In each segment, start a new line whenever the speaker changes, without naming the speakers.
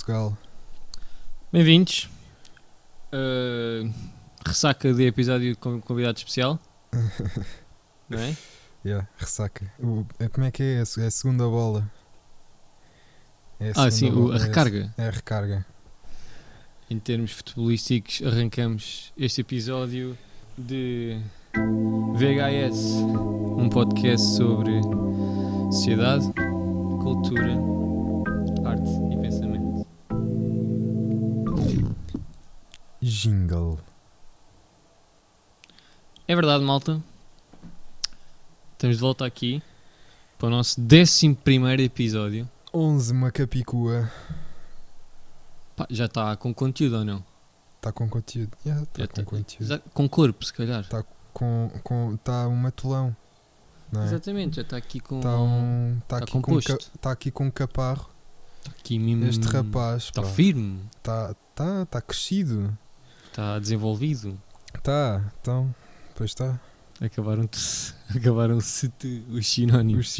Portugal.
Bem-vindos. Ressaca de episódio com convidado especial. Não é?
Ressaca. Como é que é? É a segunda bola. É a
Sim,
segunda
a recarga.
É a recarga.
Em termos futebolísticos, arrancamos este episódio de VHS, um podcast sobre sociedade, cultura, arte e pensamento.
Jingle.
É verdade, malta. Estamos de volta aqui para o nosso 11º episódio.
11, uma capicua.
Pá, já está com conteúdo ou não?
Está com conteúdo. Está com conteúdo.
Já, com corpo, se calhar.
Está tá um matulão. Não é?
Exatamente, já está aqui com...
Está
composto.
Está aqui com caparro.
Está aqui mesmo...
Este rapaz.
Está firme.
Está crescido.
Está desenvolvido.
Está, então. Pois está.
Acabaram-se os sinónimos.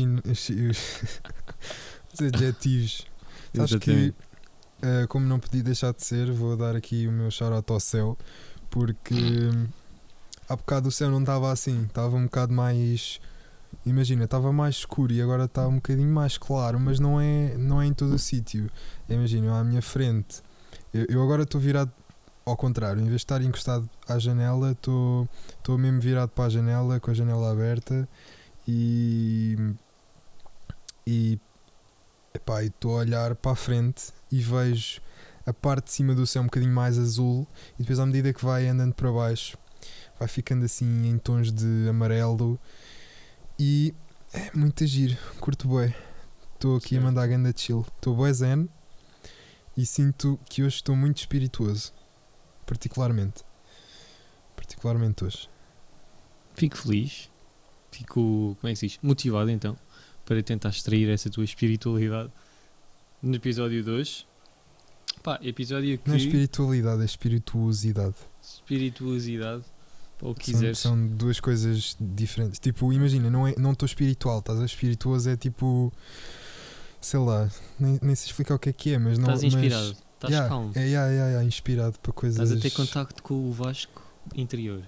Os adjetivos. Sabes que, como não podia deixar de ser, vou dar aqui o meu shout-out ao céu, porque há bocado o céu não estava assim, estava um bocado mais... Imagina, estava mais escuro e agora está um bocadinho mais claro, mas não é em todo o sítio. Imagina, à minha frente, eu agora estou virado ao contrário, em vez de estar encostado à janela, estou mesmo virado para a janela, com a janela aberta e estou a olhar para a frente e vejo a parte de cima do céu um bocadinho mais azul e depois à medida que vai andando para baixo vai ficando assim em tons de amarelo e é muito giro, curto bué. Estou aqui a mandar a ganda chill, estou bué zen e sinto que hoje estou muito espirituoso, particularmente hoje.
Fico feliz, fico, como é que se diz, motivado então, para tentar extrair essa tua espiritualidade no episódio de hoje. Pá, episódio que...
Não é espiritualidade, é espirituosidade.
Espirituosidade, para o que quiseres.
São duas coisas diferentes. Tipo, imagina, não estou espiritual, estás a espirituoso é tipo, sei lá, nem se explica o que é, mas não...
Estás inspirado, estás calmo.
É, inspirado para coisas...
Estás a ter contacto com o Vasco interior.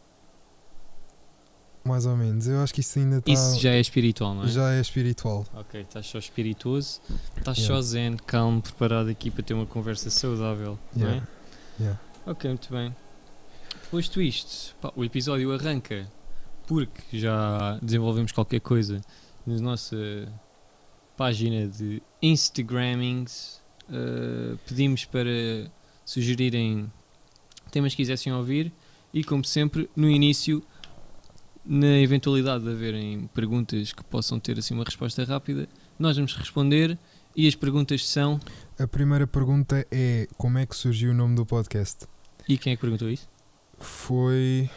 Mais ou menos, eu acho que isso ainda está...
Isso já é espiritual, não é?
Já é espiritual.
Ok, estás só espirituoso, estás só zen, calmo, preparado aqui para ter uma conversa saudável, não é? Ok, muito bem. Posto isto, pá, o episódio arranca porque já desenvolvemos qualquer coisa na nossa página de Instagrammings. Pedimos para sugerirem temas que quisessem ouvir e, como sempre, no início, na eventualidade de haverem perguntas que possam ter assim uma resposta rápida, nós vamos responder e as perguntas são...
A primeira pergunta é como é que surgiu o nome do podcast?
E quem é que perguntou isso?
Foi...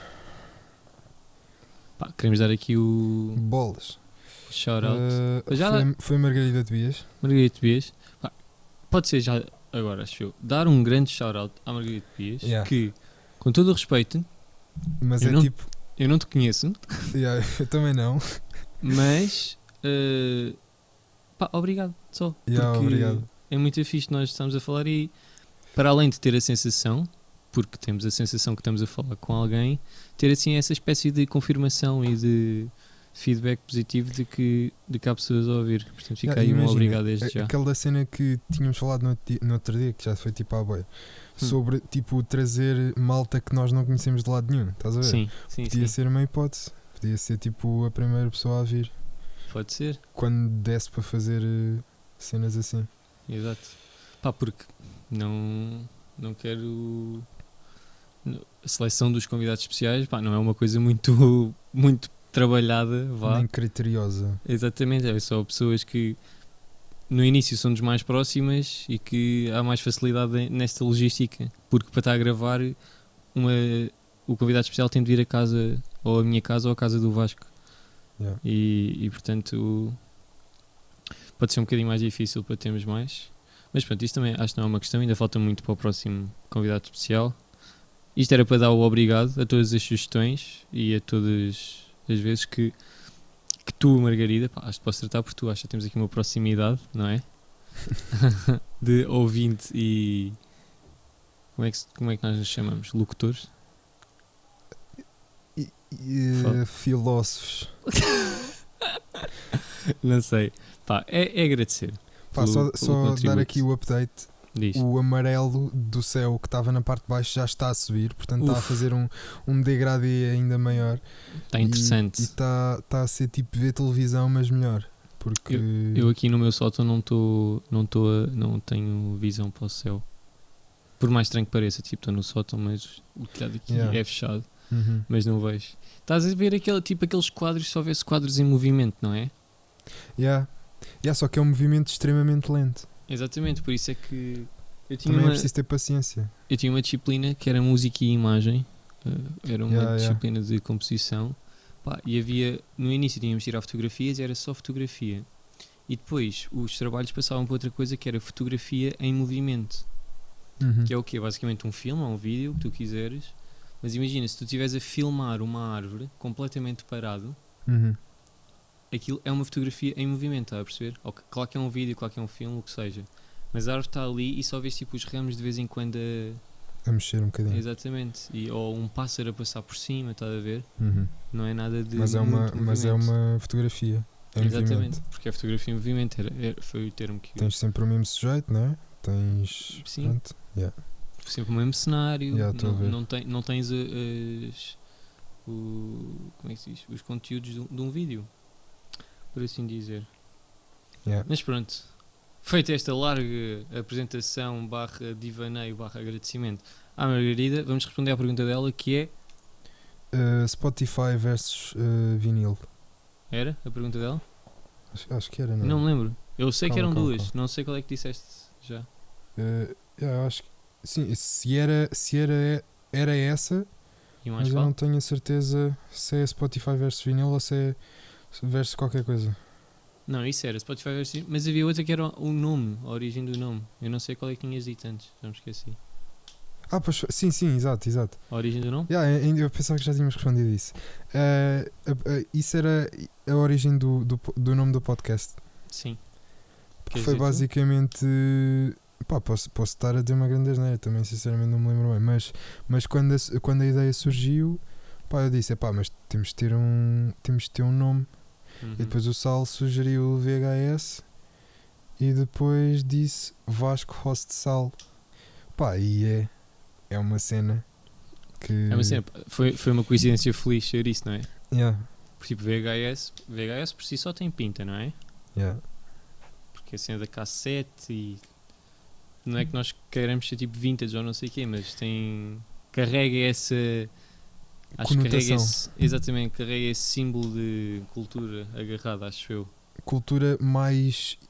Pá, queremos dar aqui o...
Bolas.
Shout-out.
Foi Margarida Tobias.
Margarida Tobias. Pá, pode ser já agora, acho eu, dar um grande shout-out à Margarida Tobias, que, com todo o respeito...
Mas
eu não te conheço.
Eu também não.
Mas... pá, obrigado, só. Porque
obrigado.
é muito fixe nós estamos a falar e, para além de ter a sensação, porque temos a sensação que estamos a falar com alguém, ter assim essa espécie de confirmação e de feedback positivo de que há pessoas a ouvir. Portanto, fica aí um obrigado desde já.
Aquela cena que tínhamos falado no outro dia, que já foi tipo à boia, sobre tipo trazer malta que nós não conhecemos de lado nenhum, estás a ver?
Sim.
Podia ser uma hipótese, podia ser tipo a primeira pessoa a vir.
Pode ser.
Quando desse para fazer cenas assim.
Exato. Pá, porque não quero... A seleção dos convidados especiais, pá, não é uma coisa muito trabalhada, vá.
Nem criteriosa.
Exatamente, é só pessoas que no início são dos mais próximas e que há mais facilidade nesta logística, porque para estar a gravar o convidado especial tem de vir a casa, ou a minha casa ou a casa do Vasco. E portanto pode ser um bocadinho mais difícil para termos mais, mas pronto, isto também acho que não é uma questão, ainda falta muito para o próximo convidado especial. Isto era para dar o obrigado a todas as sugestões e a todas as vezes que tu, Margarida, pá, acho que posso tratar por tu, acho que temos aqui uma proximidade, não é? de ouvinte e... Como é que nós nos chamamos? Locutores?
Filósofos.
Não sei. Pá, é agradecer.
Pá, só dar aqui o update.
Diz.
O amarelo do céu que estava na parte de baixo já está a subir, portanto está a fazer um degradê ainda maior.
Está interessante.
E está a ser tipo ver televisão, mas melhor. Porque
eu aqui no meu sótão não tenho visão para o céu. Por mais estranho que pareça, tipo, estou no sótão, mas o telhado aqui é fechado, mas não vejo. Estás a ver aqueles quadros, só vê-se quadros em movimento, não é?
Só que é um movimento extremamente lento.
Exatamente, por isso é que
também é preciso ter paciência.
Eu tinha uma disciplina que era música e imagem, era uma disciplina de composição, pá, e havia, no início tínhamos de tirar fotografias e era só fotografia, e depois os trabalhos passavam para outra coisa que era fotografia em movimento, que é o quê? Basicamente um filme ou um vídeo, o que tu quiseres, mas imagina, se tu estiveres a filmar uma árvore completamente parado, aquilo é uma fotografia em movimento, está a perceber? Claro que é um vídeo, claro que é um filme, o que seja. Mas a árvore está ali e só vês tipo os ramos de vez em quando
a mexer um bocadinho.
Exatamente. Ou um pássaro a passar por cima, está a ver? Não é nada de.
Mas é uma fotografia.
Exatamente,
movimento.
porque é fotografia em movimento, foi o termo que.
Tens sempre o mesmo sujeito, não é? Tens.
Sim.
Pronto.
Sempre o mesmo cenário. Não tens como é que se diz? Os conteúdos de um vídeo, por assim dizer. Mas pronto, feita esta larga apresentação /divaneio /agradecimento à Margarida, vamos responder à pergunta dela, que
é Spotify versus vinil.
Era a pergunta dela?
Acho que era, não?
Não me lembro. Eu sei que eram duas, não sei qual é que disseste já.
Eu acho que sim, se era essa, mas eu não tenho a certeza se é Spotify versus vinil ou se é versus qualquer coisa.
Não, isso era Spotify versus vinil, mas havia outra que era o nome, a origem do nome. Eu não sei qual é que tinhas dito antes, já me esqueci.
Pois, sim, exato.
A origem do nome?
Eu pensava que já tínhamos respondido isso. Isso era a origem do nome do podcast.
Sim.
Que foi basicamente... posso estar a dizer uma grande asneira, também sinceramente não me lembro bem, mas quando a ideia surgiu, eu disse, mas temos de ter um nome. E depois o Sal sugeriu o VHS e depois disse Vasco Host Sal. E é uma cena que...
É uma cena, foi uma coincidência feliz ser isso, não é? Por tipo, VHS por si só tem pinta, não é? Porque a cena da cassete e... Não é que nós queiramos ser tipo vintage ou não sei o quê, mas carrega essa... Acho que carrega esse símbolo de cultura agarrado, acho eu.
Cultura mais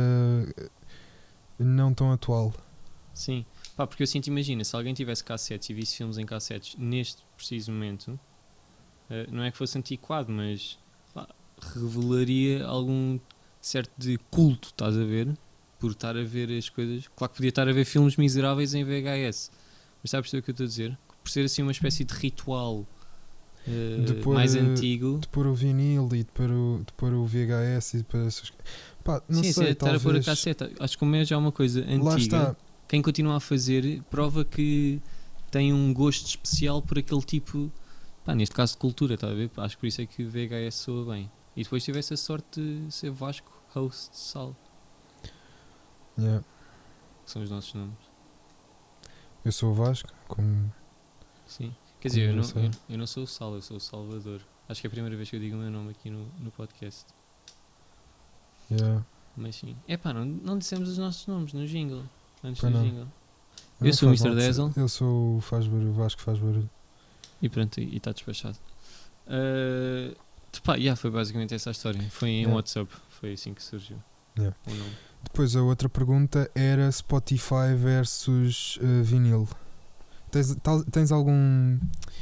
não tão atual.
Sim, porque eu sinto, imagina, se alguém tivesse cassetes e visse filmes em cassetes neste preciso momento, não é que fosse antiquado, mas revelaria algum certo de culto, estás a ver? Por estar a ver as coisas. Claro que podia estar a ver filmes miseráveis em VHS, mas sabes o que eu estou a dizer? Por ser assim uma espécie de ritual mais antigo.
De pôr o vinil e de pôr o VHS e de pôr essas... não sei,
estar a pôr a casseta. Acho que como é já uma coisa antiga,
lá está.
Quem continua a fazer prova que tem um gosto especial por aquele tipo, neste caso de cultura, está a ver? Acho que por isso é que o VHS soa bem. E depois tivesse a sorte de ser Vasco, host, Sal. Que são os nossos nomes.
Eu sou o Vasco, como...
Sim. Quer dizer, eu não sou o Sal, eu sou o Salvador. Acho que é a primeira vez que eu digo o meu nome aqui no podcast. Mas sim. Não dissemos os nossos nomes no jingle. Antes do jingle. Eu sou o Mr. Diesel.
Eu sou o Faz Barulho, Vasco Faz Barulho.
E pronto, e está despachado. Foi basicamente essa a história. Foi em WhatsApp. Foi assim que surgiu o nome.
Depois a outra pergunta era Spotify versus vinil. Tens algum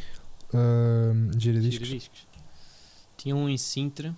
giradiscos?
Tinha um em Sintra.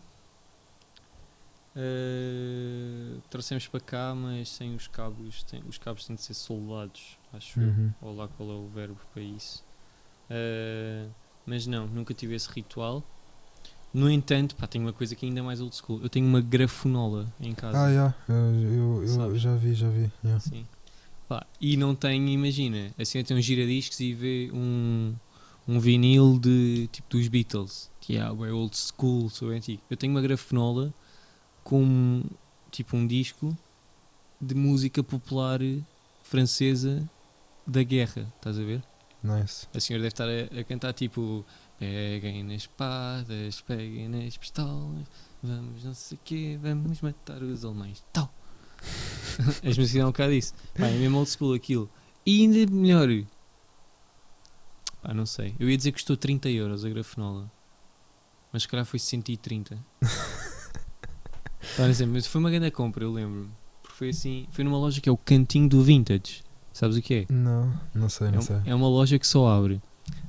Trouxemos para cá, mas sem os cabos. Os cabos têm de ser soldados, acho eu. Ou lá qual é o verbo para isso. Mas não, nunca tive esse ritual. No entanto, pá, tenho uma coisa que é ainda mais old school. Eu tenho uma grafonola em casa.
Eu já vi. Yeah.
Sim. Pá, e não tenho, imagina, assim eu tenho um giradiscos e vê um vinil de tipo dos Beatles, que é old school, sou antigo. Eu tenho uma grafonola com tipo um disco de música popular francesa da guerra, estás a ver?
Nice.
A senhora deve estar a cantar tipo: peguem nas espadas, peguem nas pistolas, vamos não sei o quê, vamos matar os alemães. Tal. As músicas é um bocado isso. Pá, é mesmo old school aquilo. E ainda melhor. Pá, não sei. Eu ia dizer que custou 30€ a grafenola. Mas se calhar foi 130. Pá, não sei, mas foi uma grande compra, eu lembro-me. Porque foi assim, foi numa loja que é o Cantinho do Vintage. Sabes o que é?
Não sei.
É uma loja que só abre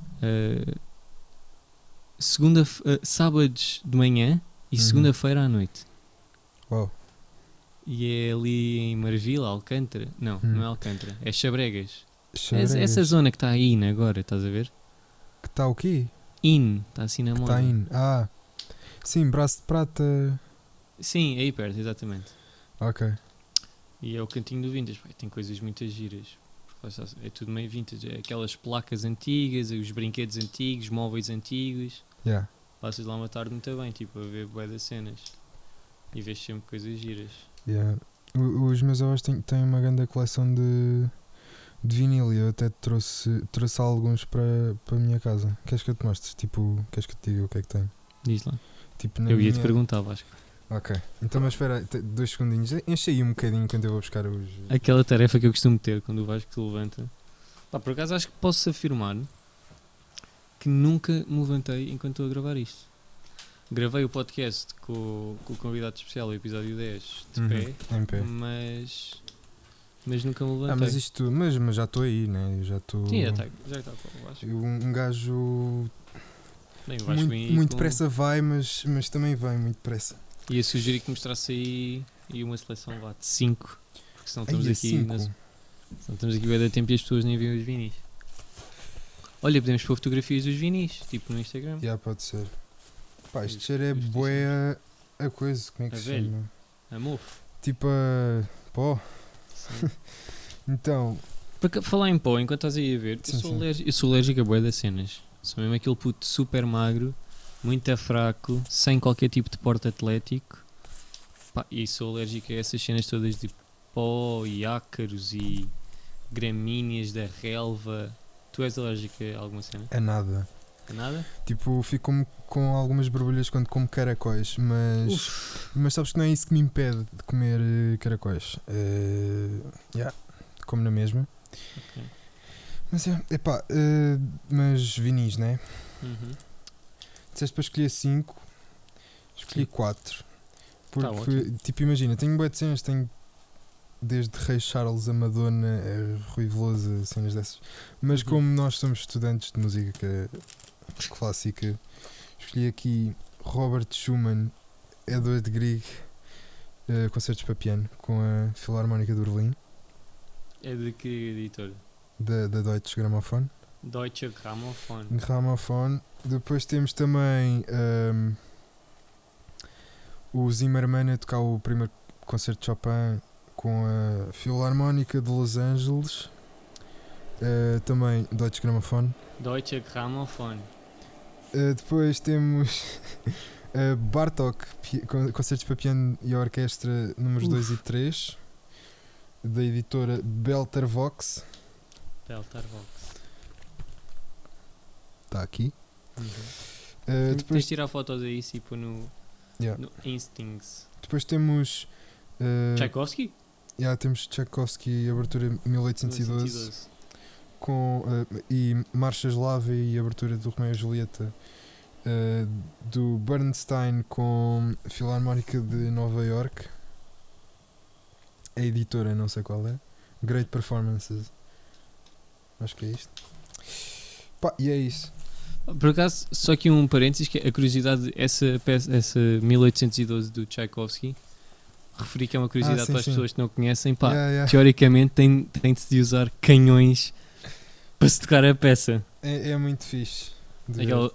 sábados de manhã e segunda-feira à noite.
Uau.
E é ali em Marvila, Alcântara. Não é Alcântara, é Xabregas. Essa zona que está aí agora, estás a ver?
Que está o quê?
Está assim na moda.
Está sim, Braço de Prata.
Sim, aí perto, exatamente.
Ok.
E é o Cantinho do Vintage, tem coisas muito giras. É tudo meio vintage, é aquelas placas antigas, os brinquedos antigos, móveis antigos.
Yeah.
Passas lá uma tarde muito bem, tipo, a ver bué das cenas. E vês sempre coisas giras.
Yeah. Os meus avós têm uma grande coleção de vinil e eu até trouxe alguns para a minha casa. Queres que eu te mostre? Tipo, queres que eu te diga o que é que tenho?
Diz lá.
Tipo,
eu ia-te perguntar, Vasco.
Ok. Então, mas espera, 2 segundinhos. Enche aí um bocadinho enquanto eu vou buscar os...
Aquela tarefa que eu costumo ter quando o Vasco se levanta. Pá, por acaso acho que posso afirmar que nunca me levantei enquanto estou a gravar isto. Gravei o podcast com o convidado especial, o episódio 10, de pé,
em pé.
Mas nunca me levantei.
Mas já estou aí, né? Eu já estou...
Sim, já está.
Um gajo...
Bem, o Vasco
muito depressa vai, mas também vem muito depressa.
Ia sugerir que mostrasse aí uma seleção lá de 5, porque senão estamos aqui bem da tempo e as pessoas nem veem os vinis. Olha, podemos pôr fotografias dos vinis, tipo no Instagram.
Já pode ser. Pá, isto cheiro é bué a coisa, como é que se chama?
A mofo.
Tipo a pó. Então...
Para falar em pó, enquanto estás aí a ver, eu sou alérgico a bué das cenas. Sou mesmo aquele puto super magro, muito fraco, sem qualquer tipo de porte atlético. Pá, e sou alérgico a essas cenas todas de pó e ácaros e gramíneas da relva. Tu és alérgico a alguma cena?
A nada.
A nada?
Tipo, fico com algumas borbulhas quando como caracóis, mas sabes que não é isso que me impede de comer caracóis. Como na mesma.
Okay.
Mas mas vinis, né? Disseste para escolher 5, escolhi 4. Porque, tipo, imagina, tenho bué de cenas, tenho desde Rei Charles a Madonna, a Rui Veloso, cenas dessas. Mas como nós somos estudantes de música clássica, escolhi aqui Robert Schumann, Edward Grieg, concertos para piano, com a Filarmónica de Berlim.
É de que editora?
Da Deutsche Grammophon.
Deutsche Grammophon.
Grammophon. Depois temos também o Zimmermann a tocar o primeiro concerto de Chopin com a Filarmónica de Los Angeles. Também Deutsche Grammophon.
Deutsche Grammophon.
Depois temos Bartók, concertos para piano e orquestra números 2 e 3, da editora Beltervox. Está aqui.
Depois tens de tirar fotos aí e pôr no Instincts.
Depois temos
Tchaikovsky?
Temos Tchaikovsky, abertura 1812. Com, e Marcha Eslava e abertura do Romeu e Julieta do Bernstein com Filarmónica de Nova York. A editora não sei qual é. Great Performances. Acho que é isto. Pá, e é isso.
Por acaso, só aqui um parênteses, que a curiosidade, essa 1812 do Tchaikovsky, referi que é uma curiosidade para as pessoas que não conhecem, pá, teoricamente tem de se usar canhões para se tocar a peça.
É muito fixe.
Aquela.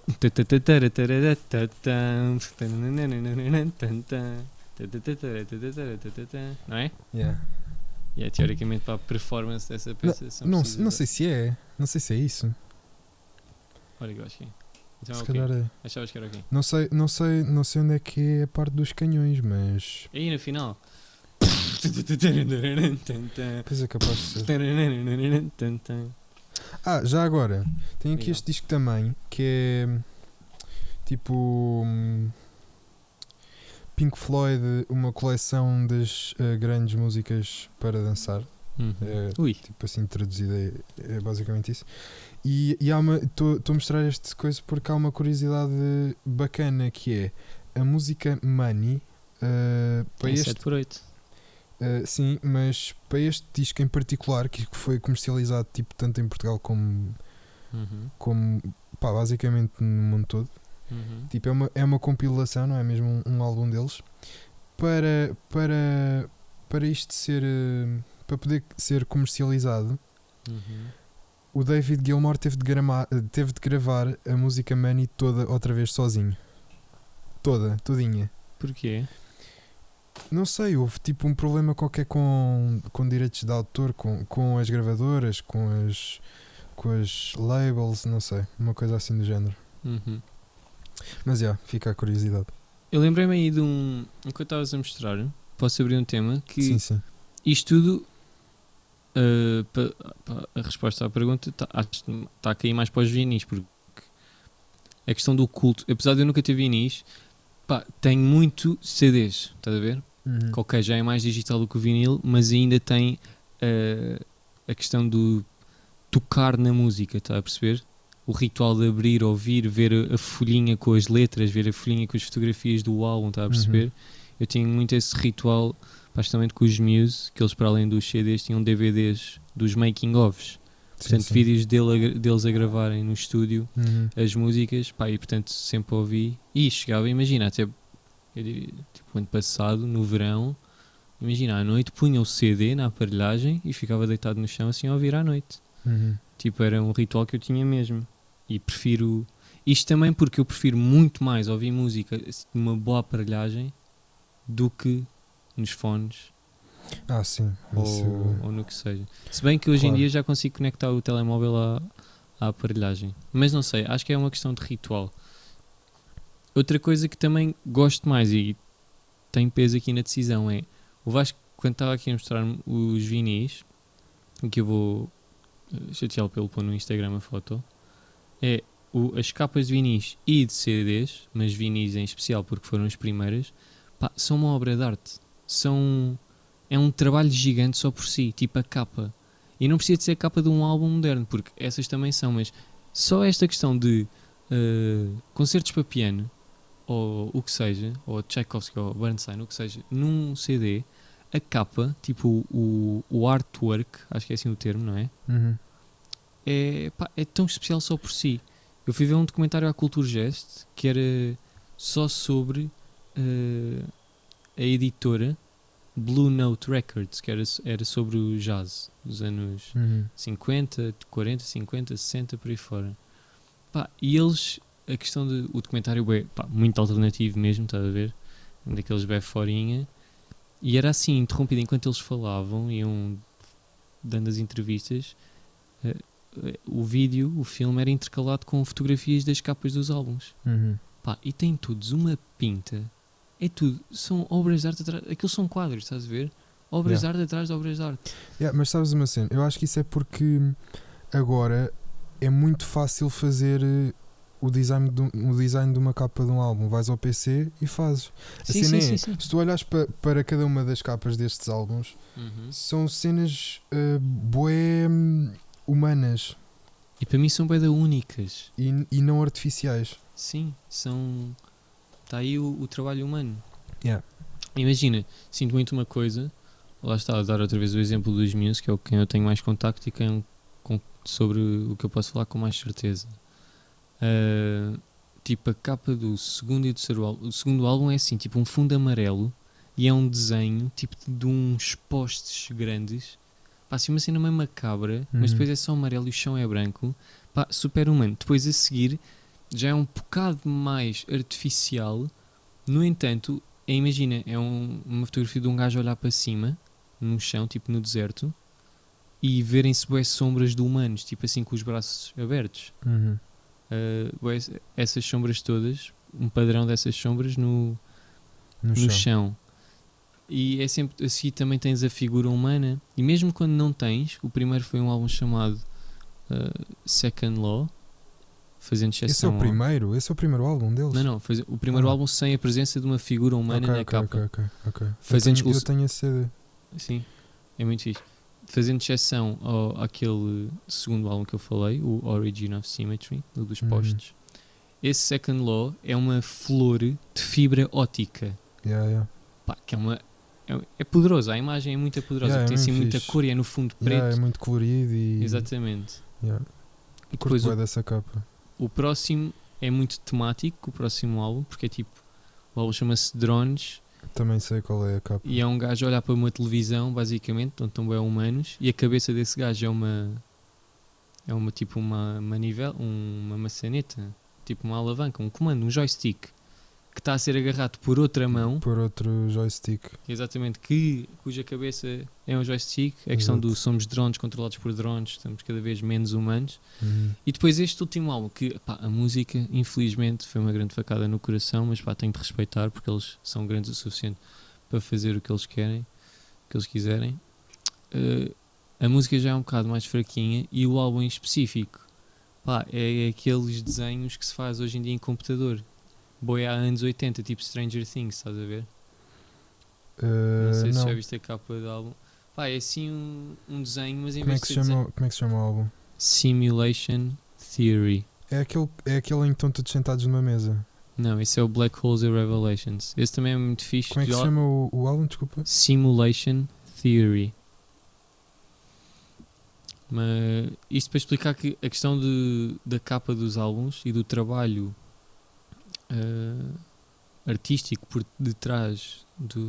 Não é?
Yeah.
E é teoricamente para a performance dessa peça.
Não sei se é. Não sei se é isso.
Olha, eu acho que é. Então,
Se
é
calhar é.
Achavas que era aqui?
Não sei onde é que é a parte dos canhões, mas.
Aí no final.
Pois é capaz de ser. Já agora, tem aqui este disco também que é tipo Pink Floyd, uma coleção das grandes músicas para dançar. Tipo assim traduzida, é basicamente isso. E há estou a mostrar esta coisa porque há uma curiosidade bacana que é a música Money para este
7x8.
sim, mas para este disco em particular, que foi comercializado tipo, tanto em Portugal como basicamente no mundo todo, tipo, é uma compilação, não é mesmo um álbum deles, para isto ser para poder ser comercializado. O David Gilmour teve de gravar a música Money toda outra vez sozinho, todinha.
Porquê?
Não sei, houve tipo um problema qualquer com direitos de autor, com as gravadoras, com as labels, não sei, uma coisa assim do género. Mas fica a curiosidade.
Eu lembrei-me aí de que eu estavas a mostrar. Posso abrir um tema que
sim.
Isto tudo, a resposta à pergunta está a cair mais para os vinis, porque a questão do culto, apesar de eu nunca ter vinis, tenho muito CDs, estás a ver? Que ok, já é mais digital do que o vinil, mas ainda tem a questão do tocar na música, está a perceber? O ritual de abrir, ouvir, ver a folhinha com as letras, ver a folhinha com as fotografias do álbum, está a perceber? Eu tinha muito esse ritual, justamente com os Muse, que eles para além dos CDs tinham DVDs dos making-ofs. Portanto, vídeos deles a gravarem no estúdio as músicas, e portanto sempre ouvi. E chegava, imagina, até eu diria, tipo, ano passado, no verão, imagina, à noite punha o CD na aparelhagem e ficava deitado no chão assim a ouvir à noite. Tipo, era um ritual que eu tinha mesmo. E prefiro... Isto também porque eu prefiro muito mais ouvir música de uma boa aparelhagem do que nos fones.
Sim.
Ou no que seja. Se bem que hoje em dia já consigo conectar o telemóvel à aparelhagem. Mas não sei, acho que é uma questão de ritual. Outra coisa que também gosto mais e tem peso aqui na decisão é o Vasco, quando estava aqui a mostrar os vinis, que eu vou chateá-lo pelo pôr no Instagram a foto, é as capas de vinis e de CDs, mas vinis em especial porque foram as primeiras, são uma obra de arte. É um trabalho gigante só por si, tipo a capa. E não precisa de ser a capa de um álbum moderno, porque essas também são, mas só esta questão de concertos para piano, ou o que seja, ou Tchaikovsky ou Bernstein, o que seja, num CD, a capa, tipo o artwork, acho que é assim o termo, não é? É tão especial só por si. Eu fui ver um documentário à Culturgest que era só sobre a editora Blue Note Records, que era sobre o jazz dos anos 50, 40, 50, 60, por aí fora. E eles, a questão o documentário é muito alternativo mesmo, estás a ver? Daqueles forinha. E era assim, interrompido enquanto eles falavam, iam dando as entrevistas. O filme era intercalado com fotografias das capas dos álbuns. E tem todos uma pinta. É tudo, são obras de arte atrás. Aqueles são quadros, estás a ver? Obras de arte atrás de obras de arte.
Mas sabes uma cena? Eu acho que isso é porque agora é muito fácil fazer o design de uma capa de um álbum. Vais ao PC e fazes.
Sim.
Se tu olhas para cada uma das capas destes álbuns, são cenas bué humanas.
E para mim são bué únicas.
E não artificiais.
Sim, são... Está aí o trabalho humano.
Yeah.
Imagina, sinto muito uma coisa. Lá está a dar outra vez o exemplo dos Muse, que é quem eu tenho mais contacto e sobre o que eu posso falar com mais certeza. Tipo a capa do segundo e terceiro álbum. O segundo álbum é assim, tipo um fundo amarelo e é um desenho tipo de uns postes grandes. Assim uma cena meio macabra, mas depois é só amarelo e o chão é branco. Super humano. Depois a seguir já é um bocado mais artificial. No entanto, imagina, é uma fotografia de um gajo a olhar para cima, no chão, tipo no deserto, e verem-se bué sombras de humanos, tipo assim com os braços abertos. Bué, essas sombras todas, um padrão dessas sombras no chão. E é sempre assim, também tens a figura humana, e mesmo quando não tens, o primeiro foi um álbum chamado Second Law, fazendo exceção.
Esse é o primeiro álbum deles?
Não, o primeiro álbum sem a presença de uma figura humana na capa.
Ok.
Eu
tenho esse CD.
Sim, é muito fixe. Fazendo exceção àquele segundo álbum que eu falei, o Origin of Symmetry, o dos postes. Esse Second Law é uma flor de fibra óptica. Pá, que é poderoso, a imagem é muito poderosa, tem assim muita cor e é no fundo preto.
É muito colorido e...
Exatamente.
E depois dessa capa.
O próximo é muito temático, o próximo álbum, porque é tipo, o álbum chama-se Drones.
Também sei qual é a capa.
E é um gajo a olhar para uma televisão, basicamente, onde estão bem humanos, e a cabeça desse gajo é uma tipo uma manivela, uma maçaneta, tipo uma alavanca, um comando, um joystick, que está a ser agarrado por outra mão.
Por outro joystick.
Exatamente, cuja cabeça é um joystick. A questão do somos drones controlados por drones, estamos cada vez menos humanos. E depois este último álbum, que pá, a música, infelizmente, foi uma grande facada no coração, mas pá, tenho de respeitar, porque eles são grandes o suficiente para fazer o que eles querem, o que eles quiserem. A música já é um bocado mais fraquinha, e o álbum em específico, pá, é aqueles desenhos que se faz hoje em dia em computador. Boi há anos 80, tipo Stranger Things, estás a ver? Não sei se já viste a capa do álbum. Pá, é assim um desenho, mas em vez de
como é que se chama o álbum?
Simulation Theory.
É aquele em que estão todos sentados numa mesa.
Não, esse é o Black Holes and Revelations. Esse também é muito fixe.
Como é que se chama o álbum, desculpa?
Simulation Theory. Mas isto para explicar que a questão da capa dos álbuns e do trabalho artístico por detrás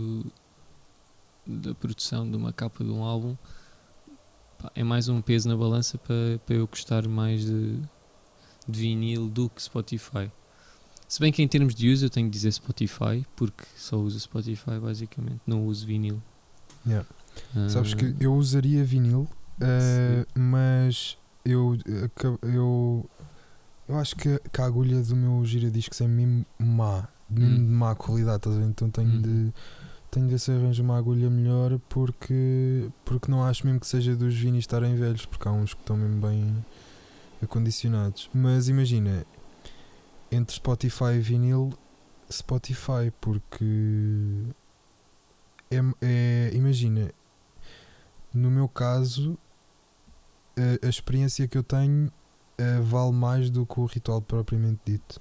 da produção de uma capa de um álbum, pá, é mais um peso na balança para eu gostar mais de vinil do que Spotify. Se bem que em termos de uso eu tenho que dizer Spotify, porque só uso Spotify basicamente, não uso vinil.
Sabes que eu usaria vinil, mas eu acho que a agulha do meu giradiscos é mesmo mesmo de má qualidade, estás a ver? Então tenho de ver se arranjo uma agulha melhor, porque não acho mesmo que seja dos vinis estarem velhos, porque há uns que estão mesmo bem acondicionados. Mas imagina, entre Spotify e vinil, Spotify, porque imagina, no meu caso, a experiência que eu tenho vale mais do que o ritual propriamente dito.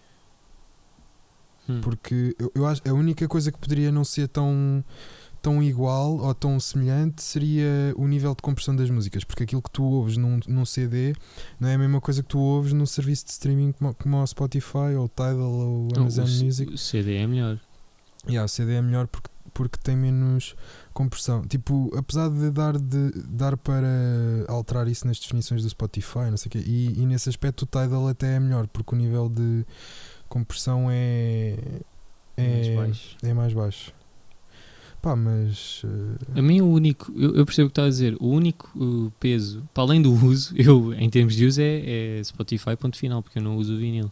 Porque eu acho a única coisa que poderia não ser tão igual ou tão semelhante seria o nível de compressão das músicas, porque aquilo que tu ouves num CD não é a mesma coisa que tu ouves num serviço de streaming como o Spotify ou o Tidal ou o Amazon Music.
O CD é melhor.
O CD é melhor porque tem menos compressão. Tipo, apesar de dar para alterar isso nas definições do Spotify, não sei o quê, e nesse aspecto o Tidal até é melhor, porque o nível de compressão é mais baixo. Pá, mas
a mim o único, eu percebo o que está a dizer, o único peso, para além do uso, eu em termos de uso é Spotify ponto final, porque eu não uso o vinil.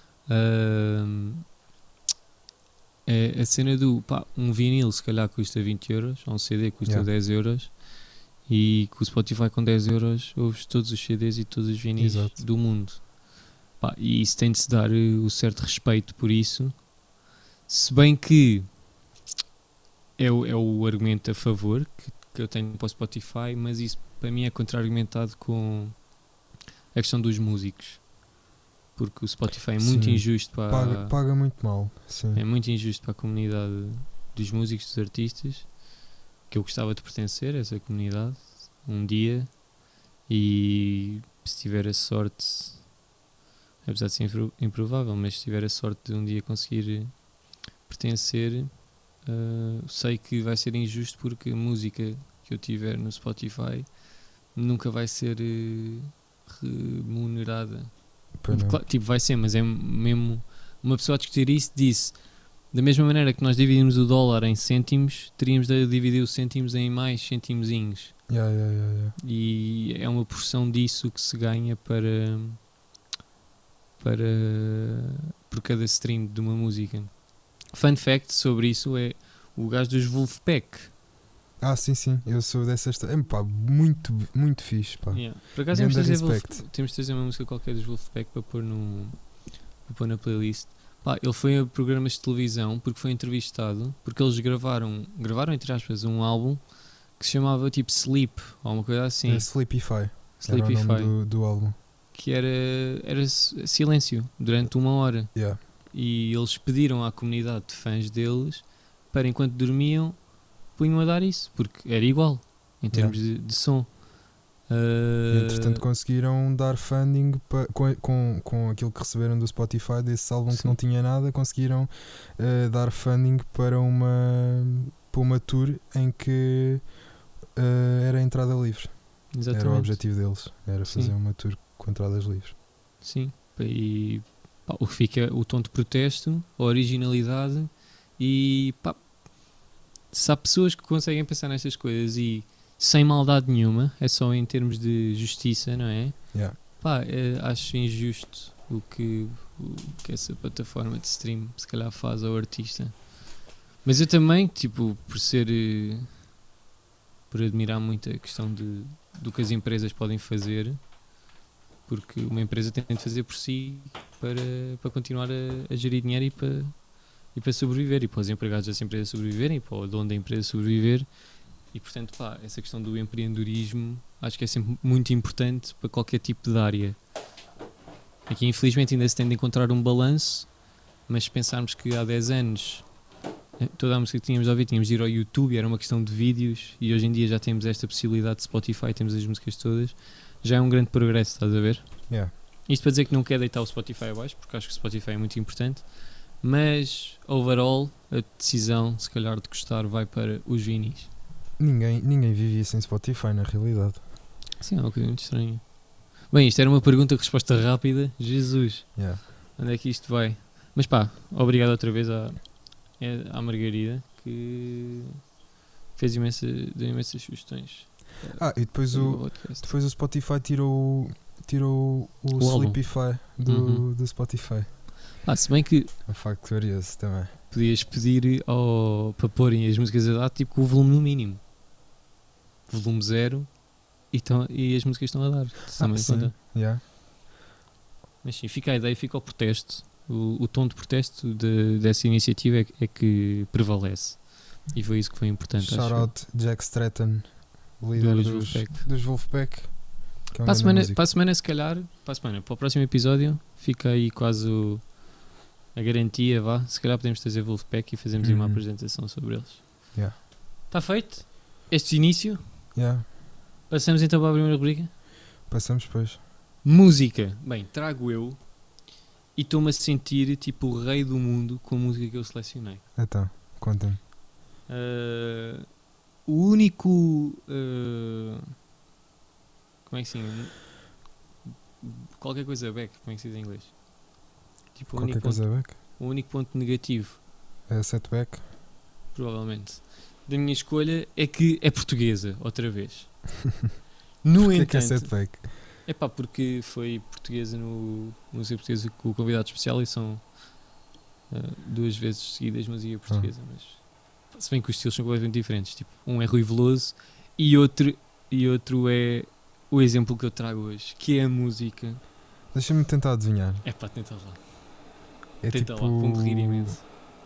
É a cena do um vinil se calhar custa 20 euros, ou um CD custa 10 euros, e com o Spotify com 10 euros ouves todos os CDs e todos os vinis do mundo. Pá, e isso tem de se dar o certo respeito por isso, se bem que é o argumento a favor que eu tenho para o Spotify, mas isso para mim é contra-argumentado com a questão dos músicos, porque o Spotify é muito injusto para...
Paga muito mal. Sim.
É muito injusto para a comunidade dos músicos, dos artistas, que eu gostava de pertencer a essa comunidade um dia, e se tiver a sorte, apesar de ser improvável, mas se tiver a sorte de um dia conseguir pertencer, sei que vai ser injusto, porque a música que eu tiver no Spotify nunca vai ser remunerada tipo, vai ser, mas é mesmo uma pessoa a discutir isso disse, da mesma maneira que nós dividimos o dólar em cêntimos, teríamos de dividir os cêntimos em mais cêntimozinhos. E é uma porção disso que se ganha por cada stream de uma música. Fun fact sobre isso é o gajo dos Wolfpack.
Sim, eu sou dessas. Pá, muito, muito fixe, pá.
Por acaso temos de trazer uma música qualquer dos Wolfpack para pôr na playlist. Pá, ele foi a programas de televisão porque foi entrevistado, porque eles gravaram entre aspas um álbum que se chamava tipo Sleep ou uma coisa assim.
Sleepify. Era o nome do álbum.
Que era silêncio durante 1 hora. E eles pediram à comunidade de fãs deles para, enquanto dormiam, punham a dar isso, porque era igual em termos de som.
E, entretanto, conseguiram dar funding com aquilo que receberam do Spotify desse álbum que não tinha nada. Conseguiram dar funding para uma tour em que era entrada livre.
Exatamente.
Era o objetivo deles, era fazer uma tour com entradas livres.
Sim, e o que fica o tom de protesto, a originalidade e pá, se há pessoas que conseguem pensar nestas coisas e sem maldade nenhuma, é só em termos de justiça, não é? Pá, acho injusto o que essa plataforma de stream se calhar faz ao artista. Mas eu também, tipo, por admirar muito a questão do que as empresas podem fazer, porque uma empresa tem de fazer por si para continuar a gerir dinheiro e para sobreviver, e para os empregados dessa empresa sobreviverem, e para o dono da empresa sobreviver. E portanto, pá, essa questão do empreendedorismo acho que é sempre muito importante para qualquer tipo de área. Aqui infelizmente ainda se tem de encontrar um balanço, mas se pensarmos que há 10 anos toda a música que tínhamos de ouvir tínhamos de ir ao YouTube e era uma questão de vídeos, e hoje em dia já temos esta possibilidade de Spotify, temos as músicas todas, já é um grande progresso, estás a ver? Isto para dizer que não quer deitar o Spotify abaixo, porque acho que o Spotify é muito importante, mas overall a decisão se calhar de gostar vai para os vinis.
Ninguém vivia sem Spotify na realidade.
Sim, é uma coisa muito estranha. Bem, isto era uma pergunta de resposta rápida. Jesus, onde é que isto vai? Mas pá, obrigado outra vez à Margarida, que deu imensas sugestões.
E depois o Spotify tirou o Sleepify do Spotify.
Se bem que
é um facto curioso também.
Podias pedir para porem as músicas a dar tipo com o volume no mínimo, volume 0, e as músicas estão a dar. Também conta. Mas sim, fica a ideia, fica o protesto. O tom de protesto dessa iniciativa é que prevalece, e foi isso que foi importante.
Shout out Jack Stratton, líder dos Wolfpack.
Para a semana, se calhar, para o próximo episódio, fica aí quase a garantia, vá. Se calhar podemos trazer Wolfpack e fazemos aí uma apresentação sobre eles. Está feito este início? Passamos então para a primeira rubrica?
Passamos, pois.
Música. Bem, trago eu e estou-me a sentir tipo o rei do mundo com a música que eu selecionei.
Então, conta-me.
O único... como é que se diz? Qualquer coisa back, como é que se diz em inglês? Tipo, o único ponto negativo.
É setback?
Provavelmente. Da minha escolha é que é portuguesa, outra vez. No entanto,
que é setback?
É pá, porque foi portuguesa no música portuguesa com o convidado especial e são 2 vezes seguidas música portuguesa. Mas se bem que os estilos são completamente diferentes. Tipo, um é Rui Veloso e outro é o exemplo que eu trago hoje, que é a música.
Deixa-me tentar adivinhar.
É pá, tenta lá.
É
tenta
tipo...
lá, vou-me rir imenso.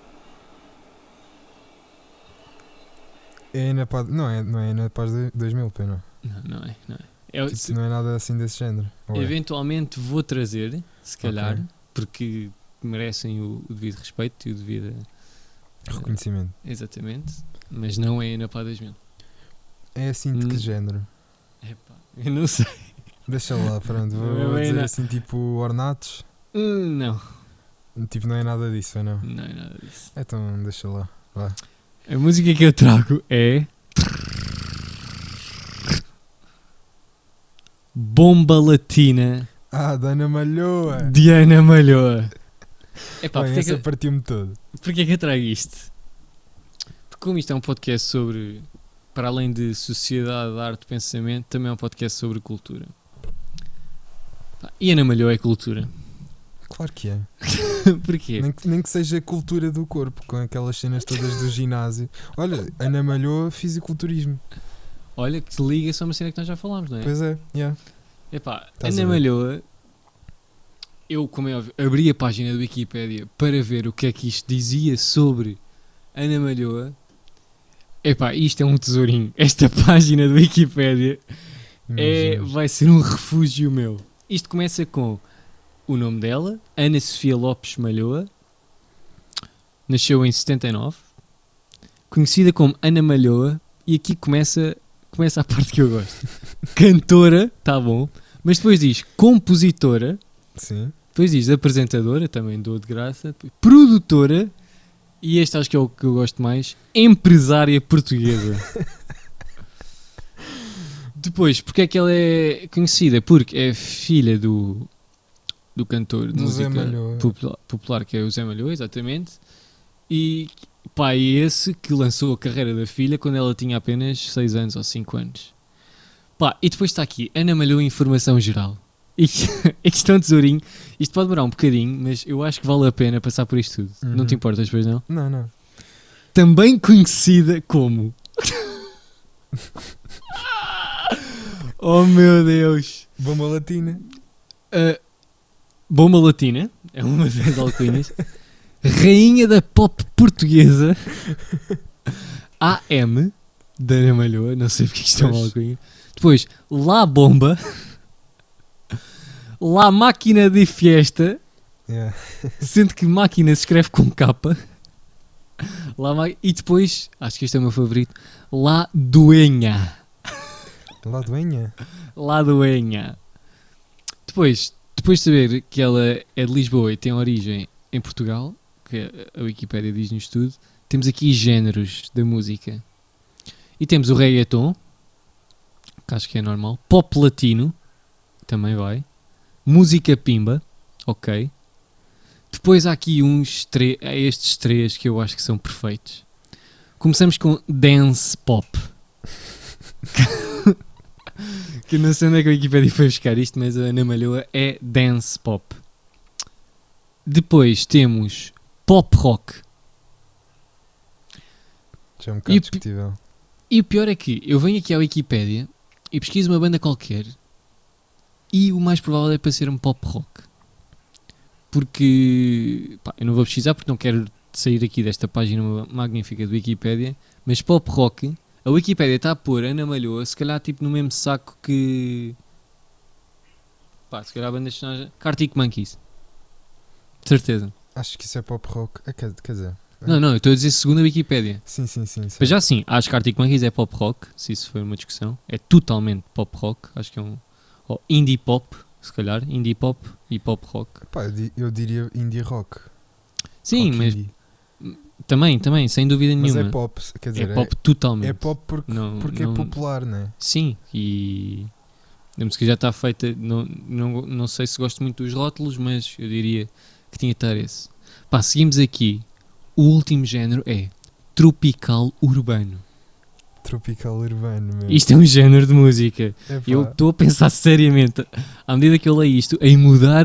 É na paz... Não é na paz de 2000, pena.
Não é.
Tipo, não é nada assim desse género.
Eventualmente vou trazer, se calhar, porque merecem o devido respeito e o devido
reconhecimento.
Exatamente, mas não é na pá 2000.
É assim de que género?
Epá, eu não sei.
Deixa lá, pronto, vou dizer assim tipo ornatos.
Não.
Tipo, não é nada disso, ou não?
Não é nada disso.
Então deixa lá, vá.
A música que eu trago é Bomba Latina
Da Ana Malhoa.
Diana Malhoa. Epá,
Bem, essa partiu-me todo.
Porquê é que eu trago isto? Porque como isto é um podcast sobre, para além de sociedade, arte, pensamento, também é um podcast sobre cultura. E Ana Malhoa é cultura.
Claro que é.
Porquê?
Nem que seja cultura do corpo, com aquelas cenas todas do ginásio. Olha, Ana Malhoa, fisiculturismo.
Olha, que se liga-se a uma cena que nós já falámos, não é?
Pois é, yeah.
Epá,
Estás
Ana
a ver?
Malhoa, eu, como é óbvio, abri a página do Wikipédia para ver o que é que isto dizia sobre Ana Malhoa. Epá, isto é um tesourinho. Esta página do Wikipédia
Imaginas.
vai ser um refúgio meu. Isto começa com o nome dela, Ana Sofia Lopes Malhoa. Nasceu em 79. Conhecida como Ana Malhoa. E aqui começa a parte que eu gosto. Cantora, tá bom. Mas depois diz compositora.
Sim.
Depois diz apresentadora, também dou de graça. Produtora. E este acho que é o que eu gosto mais. Empresária portuguesa. Depois, porque é que ela é conhecida? Porque é filha do cantor de
Do Zé
música
Malhoa.
popular, que é o Zé Malhoa, exatamente. E pá, é esse que lançou a carreira da filha quando ela tinha apenas 6 anos ou 5 anos. Pá, e depois está aqui, Ana Malhoa Informação Geral. E isto é um tesourinho. Isto pode demorar um bocadinho, mas eu acho que vale a pena passar por isto tudo.
Uhum.
Não te importas, pois não?
Não.
Também conhecida como... Oh meu Deus!
Bomba Latina.
Bomba Latina, é uma das alcunhas. Rainha da pop portuguesa. AM, da Ana Malhoa, não sei porque isto é uma
Pois.
alcunha. Depois, La Bomba. La Máquina de Fiesta,
Yeah.
sendo que máquina se escreve com capa. E depois, acho que este é o meu favorito, La Duenha.
Lá doenha.
La Duenha. Depois de saber que ela é de Lisboa e tem origem em Portugal, que a Wikipédia diz-nos tudo, temos aqui géneros da música. E temos o reggaeton, que acho que é normal. Pop latino, também vai. Música pimba, ok. Depois há aqui estes três que eu acho que são perfeitos. Começamos com dance pop. Que eu não sei onde é que a Wikipedia foi buscar isto, mas a Ana Malhoa é dance pop. Depois temos pop rock.
Já é um bocado discutível.
E o pior é que eu venho aqui à Wikipédia e pesquiso uma banda qualquer e o mais provável é para ser um pop rock. Porque eu não vou pesquisar porque não quero sair aqui desta página magnífica do Wikipédia, mas pop rock, a Wikipédia está a pôr Ana Malhoa, se calhar tipo no mesmo saco que... se calhar a banda sonora... Arctic Monkeys. De certeza.
Acho que isso é pop rock. Quer dizer...
Não, eu estou a dizer segundo a Wikipédia.
Sim.
Mas já sim, acho que Arctic Monkeys é pop rock, se isso for uma discussão. É totalmente pop rock, acho que é um... Ou indie pop, se calhar. Indie pop e pop rock.
Pá, eu diria indie rock.
Sim,
rock
mas...
indie.
Também, sem dúvida
Mas
nenhuma.
é pop, quer dizer...
É pop totalmente.
É pop porque é popular, não é?
Sim, e a música já está feita. Não sei se gosto muito dos rótulos, mas eu diria que tinha de estar esse. Seguimos aqui. O último género é tropical urbano.
Tropical urbano, meu.
Isto é um género de música.
Epá.
Eu estou a pensar seriamente, à medida que eu leio isto, em mudar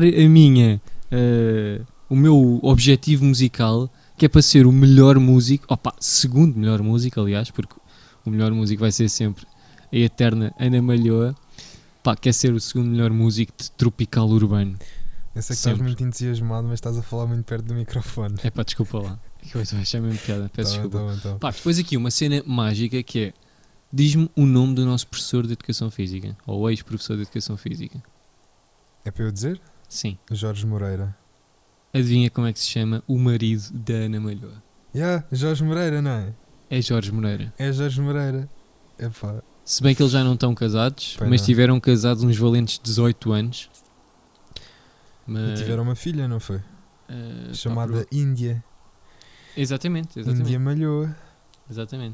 o meu objetivo musical, que é para ser o melhor músico, segundo melhor músico, aliás, porque o melhor músico vai ser sempre a eterna Ana Malhoa, quer ser o segundo melhor músico de tropical urbano.
Eu sei que
Sempre.
estás muito entusiasmado, mas estás a falar muito perto do microfone.
Desculpa lá. Que eu achei mesmo piada, peço desculpa.
Então.
Depois aqui uma cena mágica que é, diz-me o nome do nosso professor de Educação Física, ou ex-professor de Educação Física.
É para eu dizer?
Sim.
Jorge Moreira.
Adivinha como é que se chama o marido da Ana Malhoa?
Jorge Moreira, não é?
É Jorge Moreira.
É Jorge Moreira. Epá.
Se bem que eles já não estão casados,
Pois
mas
não.
tiveram casados uns valentes 18 anos.
E tiveram uma filha, não foi? Chamada Índia.
Exatamente.
Índia Malhoa.
Exatamente.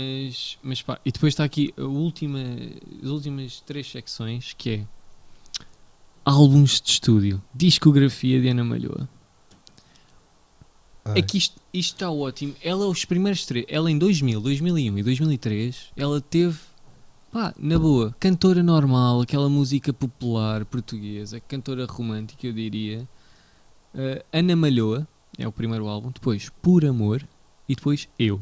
Mas e depois está aqui as últimas 3 secções, que é álbuns de estúdio, discografia de Ana Malhoa. É que isto está ótimo. Ela, os primeiros três, ela em 2000, 2001 e 2003, ela teve, pá, na boa, cantora normal, aquela música popular portuguesa, cantora romântica, eu diria. Ana Malhoa é o primeiro álbum, depois Por Amor e depois Eu.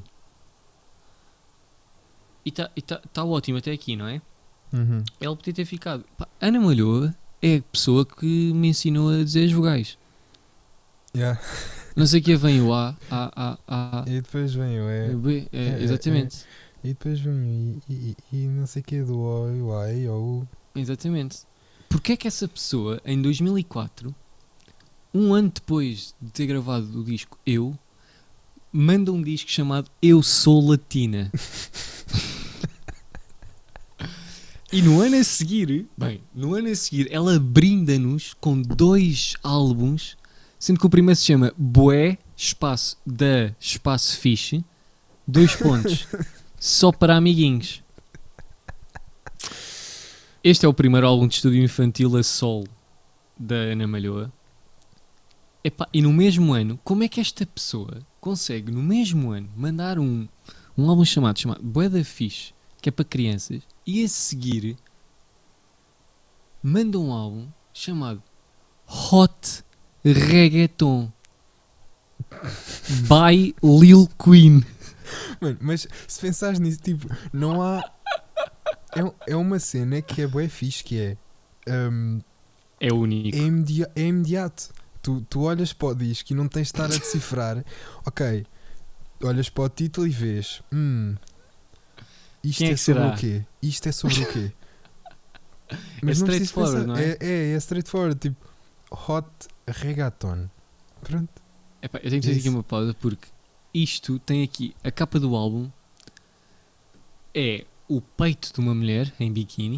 E está ótimo até aqui, não é?
Uhum.
Ela podia ter ficado. Pá, Ana Malhoa é a pessoa que me ensinou a dizer as vogais.
Yeah.
Não sei o que vem o A.
E depois vem o
B, exatamente.
E depois vem o I não sei o que do O e o A e o U.
Exatamente. Porquê é que essa pessoa, em 2004, um ano depois de ter gravado o disco Eu, manda um disco chamado Eu Sou Latina? E no ano a seguir, ela brinda-nos com 2 álbuns, sendo que o primeiro se chama Bué, espaço da, espaço fixe, 2 pontos, só para amiguinhos. Este é o primeiro álbum de estúdio infantil a solo da Ana Malhoa. Epá, e no mesmo ano, como é que esta pessoa consegue, no mesmo ano, mandar um álbum chamado Bué da Fixe, que é para crianças, e a seguir manda um álbum chamado Hot Reggaeton by Lil Queen.
Mano, mas se pensares nisso, tipo, não há. É uma cena que é bué fixe, que é.
É único.
É imediato. Tu olhas para o disco e não tens de estar a decifrar. Ok, olhas para o título e vês. Isto é sobre o quê? Isto é sobre o quê? Mas não precisas pensar.
Não é?
É straightforward. Tipo, Hot Reggaeton. Pronto.
Epá, eu tenho que fazer aqui uma pausa porque isto tem aqui a capa do álbum. É o peito de uma mulher em biquíni.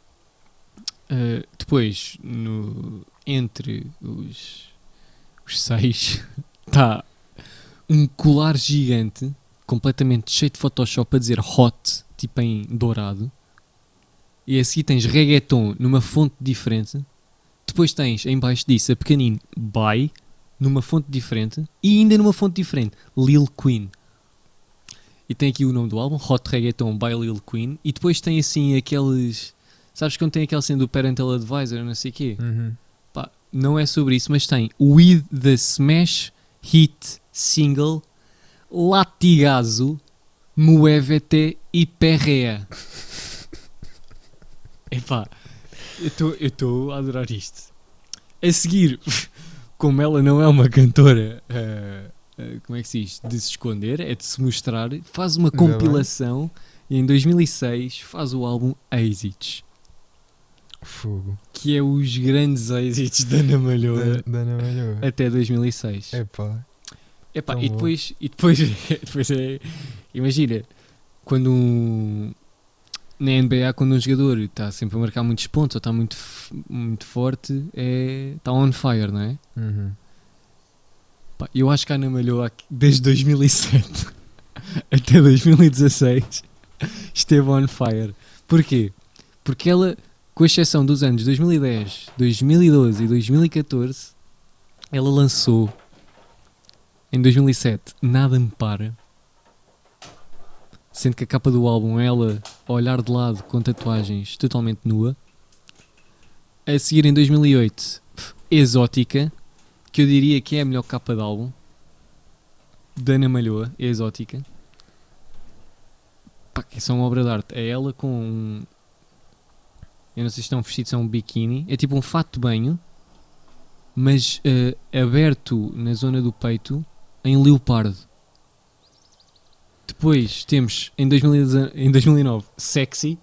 Depois, entre os seios, está um colar gigante, completamente cheio de Photoshop a dizer hot, tipo em dourado. E a seguir tens reggaeton numa fonte diferente. Depois tens, em baixo disso, a pequenino by, numa fonte diferente. E ainda numa fonte diferente, Lil Queen. E tem aqui o nome do álbum, Hot Reggaeton by Lil Queen. E depois tem assim aqueles... Sabes quando tem aquela cena do Parental Advisor, não sei o quê?
Uhum.
Pá, não é sobre isso, mas tem With the Smash Hit Single Latigazo Muévete e Perrea. Epá, eu estou a adorar isto. A seguir, como ela não é uma cantora, como é que se diz? De se esconder, é de se mostrar, faz uma compilação e em 2006 faz o álbum Êxitos.
Fogo.
Que é os grandes êxitos da Ana Malhoa
Da Ana Malhoa.
até 2006.
Epá,
e depois é, imagina, quando na NBA, quando um jogador está sempre a marcar muitos pontos ou está muito, muito forte, está on fire, não é?
Uhum.
Pá, eu acho que a Ana Malhoa, desde 2007 até 2016, esteve on fire. Porquê? Porque ela, com exceção dos anos 2010, 2012 e 2014, ela lançou em 2007 Nada Me Para, sendo que a capa do álbum é ela a olhar de lado com tatuagens totalmente nua. A seguir, em 2008, Exótica, que eu diria que é a melhor capa de álbum da Ana Malhoa, Exótica. Pá, que é só uma obra de arte. É ela com eu não sei se estão vestidos, é um biquíni, é tipo um fato de banho, mas aberto na zona do peito em leopardo. Depois temos em 2009 Sexy.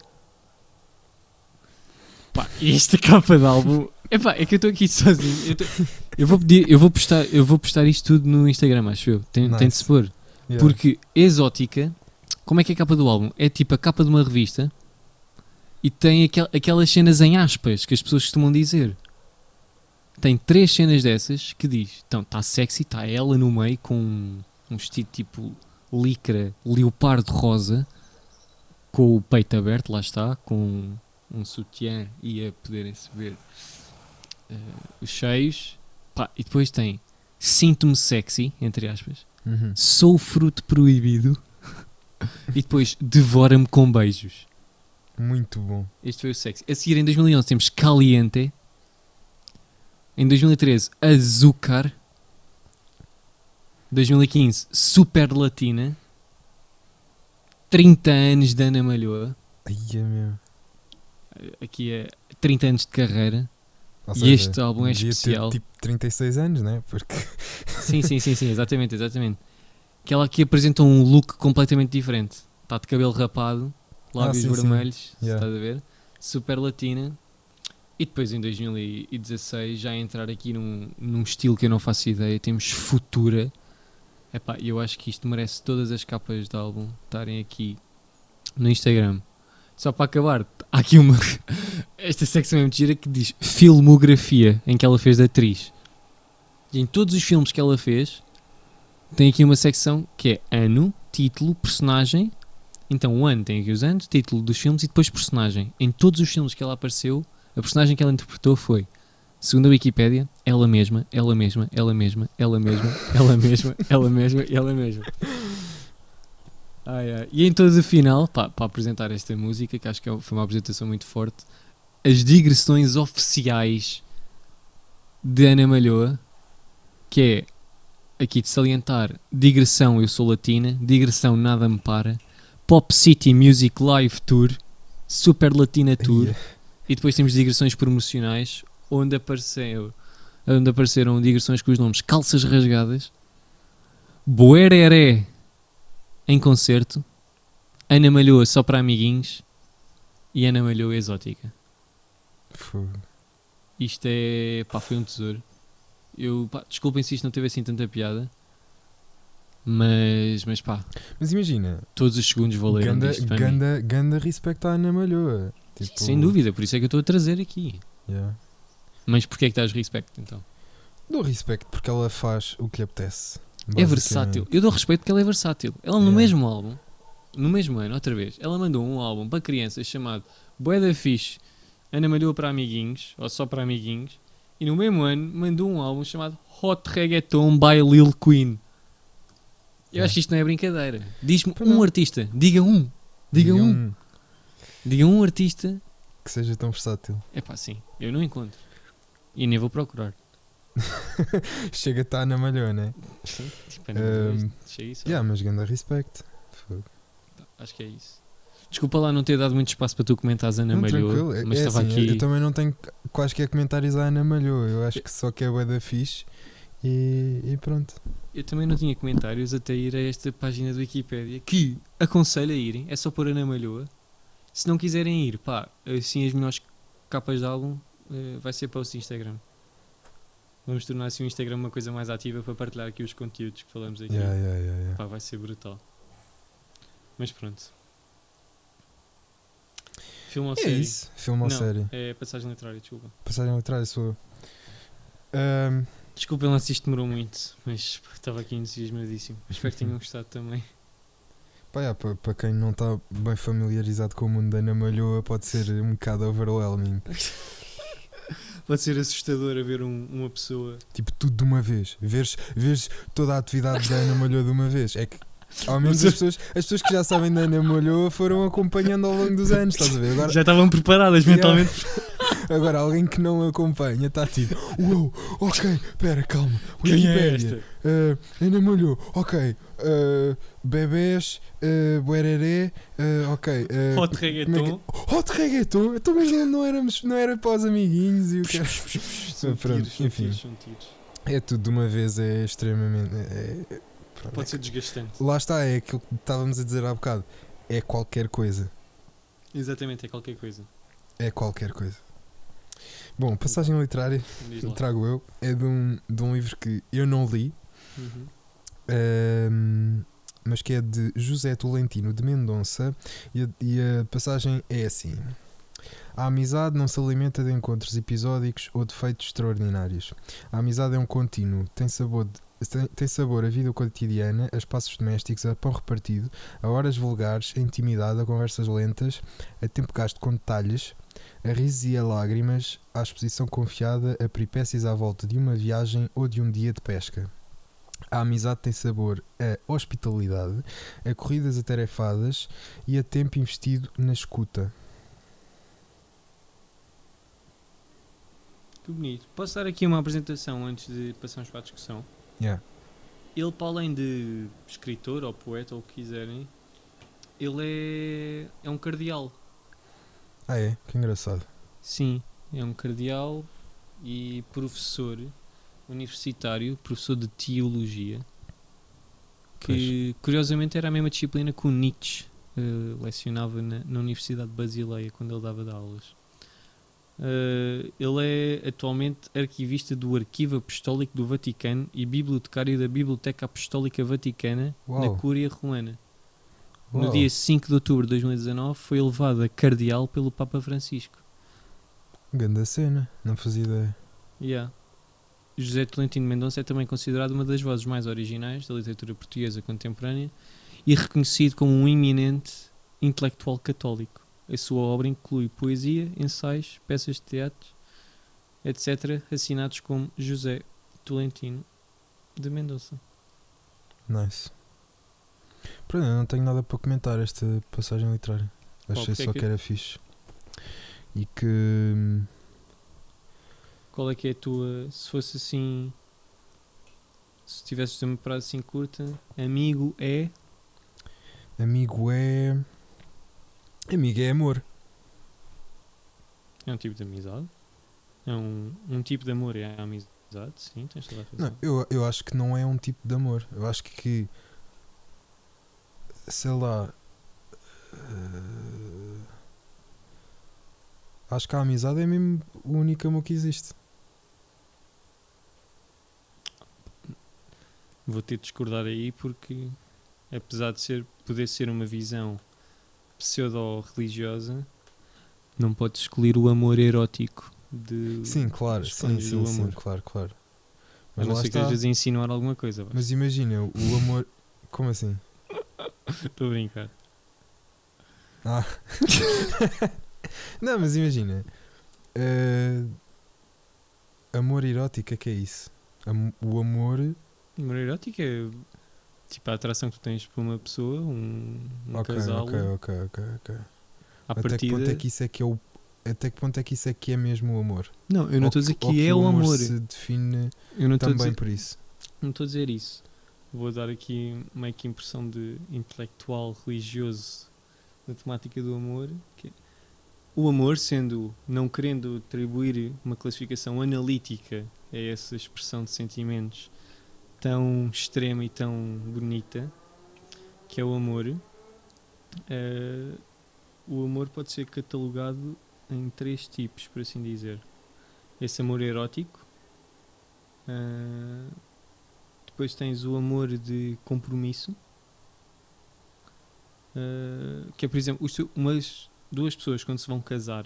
Pá, e esta capa de álbum, epá, é que eu estou aqui sozinho. Eu vou postar isto tudo no Instagram, acho eu. Tem de se pôr. Yeah. Porque Exótica, como é que é a capa do álbum? É tipo a capa de uma revista e tem aquelas cenas em aspas que as pessoas costumam dizer. Tem 3 cenas dessas que diz, então está sexy, está ela no meio com um vestido tipo licra, leopardo rosa, com o peito aberto, lá está, com um sutiã e a poderem-se ver os cheios, pá, e depois tem Sinto-me sexy, entre aspas,
Uhum.
Sou fruto proibido e depois Devora-me com beijos.
Muito bom.
Este foi o sexy. A seguir, em 2011, temos Caliente. Em 2013, Azúcar. 2015, Super Latina. 30 anos de Ana Malhoa.
Ai, é meu.
Aqui é 30 anos de carreira.
Ou
E
seja,
este álbum é
devia
especial.
ter tipo 36 anos, né? Porque
Sim, exatamente. Que ela aqui apresenta um look completamente diferente. Está de cabelo rapado, lábios
sim,
vermelhos,
sim.
se estás a ver. Super Latina. E depois em 2016 já entrar aqui num estilo que eu não faço ideia. Temos Futura. Epá, eu acho que isto merece todas as capas de álbum estarem aqui no Instagram. Só para acabar, há aqui esta secção mesmo de gira que diz filmografia, em que ela fez de atriz. E em todos os filmes que ela fez, tem aqui uma secção que é ano, título, personagem. Então o ano tem aqui os anos, título dos filmes e depois personagem. Em todos os filmes que ela apareceu, a personagem que ela interpretou foi, segundo a Wikipédia, ela mesma. E em todo o final, para apresentar esta música, que acho que foi uma apresentação muito forte, as digressões oficiais de Ana Malhoa, que é, aqui de salientar, digressão Eu Sou Latina, digressão Nada Me Para, Pop City Music Live Tour, Super Latina Tour, e depois temos digressões promocionais, onde apareceram digressões com os nomes Calças Rasgadas, Buereré em concerto, Ana Malhoa só para amiguinhos e Ana Malhoa exótica. Isto é, pá, foi um tesouro. Desculpem se isto não teve assim tanta piada, mas pá.
Mas imagina,
todos os segundos valeram disto para mim.
Ganda respeito à Ana Malhoa. Tipo,
sem dúvida, por isso é que eu estou a trazer aqui.
Yeah.
Mas porquê é que dás respeito então?
Dou respeito porque ela faz o que lhe apetece.
É versátil. Eu dou respeito porque ela é versátil. Ela no mesmo álbum, no mesmo ano, outra vez, ela mandou um álbum para crianças chamado Bué da Fixe, Ana Malhoa para amiguinhos, ou só para amiguinhos, e no mesmo ano mandou um álbum chamado Hot Reggaeton by Lil Queen. Eu acho que isto não é brincadeira. Diz-me um artista, diga um artista
que seja tão versátil.
É pá, sim, eu não encontro e nem vou procurar.
Chega a estar na Malhoa, né?
Sim, tipo, chega isso.
Mas grande respeito.
Acho que é isso. Desculpa lá não ter dado muito espaço para tu comentares a Ana Malhoa, mas estava
assim,
aqui.
Eu também não tenho quaisquer comentários à Ana Malhoa. Eu acho que só que é bué da fixe e pronto.
Eu também não tinha comentários até ir a esta página do Wikipédia, que aconselho a irem, é só pôr Ana Malhoa. Se não quiserem ir, pá, assim as melhores capas de álbum vai ser post de Instagram. Vamos tornar assim o Instagram uma coisa mais ativa para partilhar aqui os conteúdos que falamos aqui. Pá, vai ser brutal. Mas pronto. Filme ou série?
É isso, filme ou série?
É passagem literária, desculpa.
Passagem literária sou eu.
Desculpem lá se isto demorou muito, mas estava aqui entusiasmadíssimo. Espero que tenham gostado também.
Pá, para quem não está bem familiarizado com o mundo da Ana Malhoa, pode ser um bocado overwhelming.
Pode ser assustador a ver uma pessoa.
Tipo, tudo de uma vez. Veres toda a atividade da Ana Malhoa de uma vez. É que, ao menos as pessoas que já sabem da Ana Malhoa foram acompanhando ao longo dos anos, estás a ver? Agora,
já estavam preparadas mentalmente.
Agora, alguém que não acompanha está tipo, uou, ok, pera, calma.
Quem é esta?
Ana Malhoa, ok. Bebés, buereré, ok.
Hot Reggaeton.
Hot Reggaeton? Então, mas não era para os amiguinhos e o que pronto, enfim. É tudo de uma vez, é extremamente.
Pode ser desgastante.
Lá está, é aquilo que estávamos a dizer há bocado. É qualquer coisa.
Exatamente, é qualquer coisa.
É qualquer coisa. Bom, passagem literária, trago eu, é de um livro que eu não li, mas que é de José Tolentino de Mendonça, e a passagem é assim: a amizade não se alimenta de encontros episódicos ou de feitos extraordinários. A amizade é um contínuo, tem sabor a vida cotidiana, a espaços domésticos, a pão repartido, a horas vulgares, a intimidade, a conversas lentas, a tempo gasto com detalhes, A risos e a lágrimas, à exposição confiada, a peripécias à volta de uma viagem ou de um dia de pesca. A amizade tem sabor a hospitalidade, a corridas atarefadas e a tempo investido na escuta.
Que bonito. Posso dar aqui uma apresentação antes de passarmos para a discussão?
Yeah.
Ele, para além de escritor ou poeta ou o que quiserem, ele é um cardeal.
Ah, é? Que engraçado.
Sim, é um cardeal e professor universitário, professor de teologia, que curiosamente era a mesma disciplina que o Nietzsche lecionava na Universidade de Basileia quando ele dava de aulas. Ele é atualmente arquivista do Arquivo Apostólico do Vaticano e bibliotecário da Biblioteca Apostólica Vaticana na Cúria Romana. No dia 5 de outubro de 2019 foi elevado a cardeal pelo Papa Francisco.
Grande cena, não fazia ideia.
Yeah. José Tolentino Mendonça é também considerado uma das vozes mais originais da literatura portuguesa contemporânea e reconhecido como um eminente intelectual católico. A sua obra inclui poesia, ensaios, peças de teatro, etc., assinados como José Tolentino de Mendonça.
Nice. Pronto, eu não tenho nada para comentar esta passagem literária. Achei só que era fixe. E que...
Qual é que é a tua... Se fosse assim... Se tivesses uma frase assim curta... Amigo é...
Amigo é... Amigo é amor.
É um tipo de amizade. É um tipo de amor, é a amizade. Sim, tens toda a razão.
Não, eu acho que não é um tipo de amor. Eu acho que sei lá, acho que a amizade é mesmo o único amor que existe.
Vou ter de discordar aí porque, apesar de poder ser uma visão pseudo-religiosa, não podes excluir o amor erótico de...
Sim, claro, sim, claro.
Mas não sei que às vezes insinuar alguma coisa.
Mas imagina, o amor... Como assim?
Estou a brincar.
Não, mas imagina, amor erótico, que é isso? O amor...
Amor erótico é tipo a atração que tu tens por uma pessoa, um casal.
Ok.
Até que
ponto é que isso é que é até que ponto é que isso é que é mesmo o amor?
Não, eu não estou a dizer que é o amor.
Se define também por isso.
Não estou a dizer isso. Vou dar aqui meio que impressão de intelectual religioso na temática do amor. Que é o amor, sendo, não querendo atribuir uma classificação analítica a essa expressão de sentimentos tão extrema e tão bonita, que é o amor. O amor pode ser catalogado em 3 tipos, por assim dizer. Esse amor erótico. Depois tens o amor de compromisso. Que é, por exemplo, duas pessoas quando se vão casar,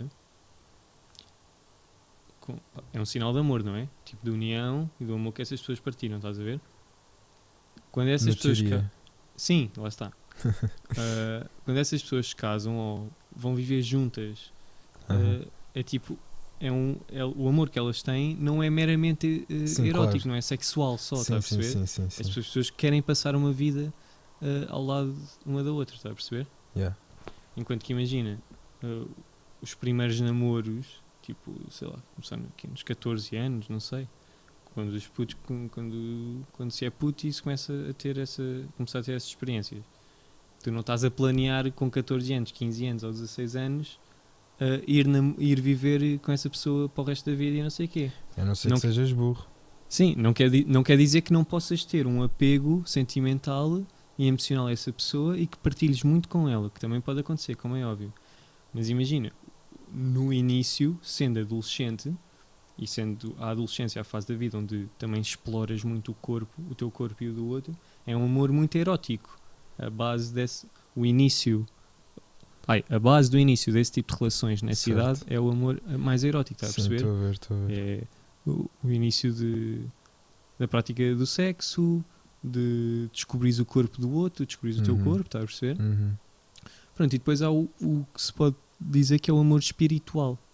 é um sinal de amor, não é? Tipo de união e do amor que essas pessoas partilham, estás a ver? Quando essas pessoas... Sim, lá está. Quando essas pessoas se casam ou vão viver juntas, é tipo... o amor que elas têm não é meramente erótico, claro. Não é sexual só, está a perceber?
Sim.
As pessoas querem passar uma vida ao lado uma da outra, está a perceber?
Yeah.
Enquanto que imagina, os primeiros namoros, tipo, sei lá, começando aqui nos 14 anos, não sei, quando os putos, quando se é puto e se começa a ter começar a ter essas experiências. Tu não estás a planear com 14 anos, 15 anos ou 16 anos ir viver com essa pessoa para o resto da vida e não sei o quê.
A não ser que sejas burro.
Sim, não quer dizer que não possas ter um apego sentimental e emocional a essa pessoa e que partilhes muito com ela, que também pode acontecer, como é óbvio. Mas imagina, no início, sendo adolescente, e sendo a adolescência a fase da vida onde também exploras muito o teu corpo e o do outro, é um amor muito erótico. A base do início desse tipo de relações nessa idade é o amor mais erótico, está a perceber?
Estou a ver.
É o início da prática do sexo, de descobrires o corpo do outro, descobrires o teu corpo, está a perceber? Pronto, e depois há o que se pode dizer que é o amor espiritual,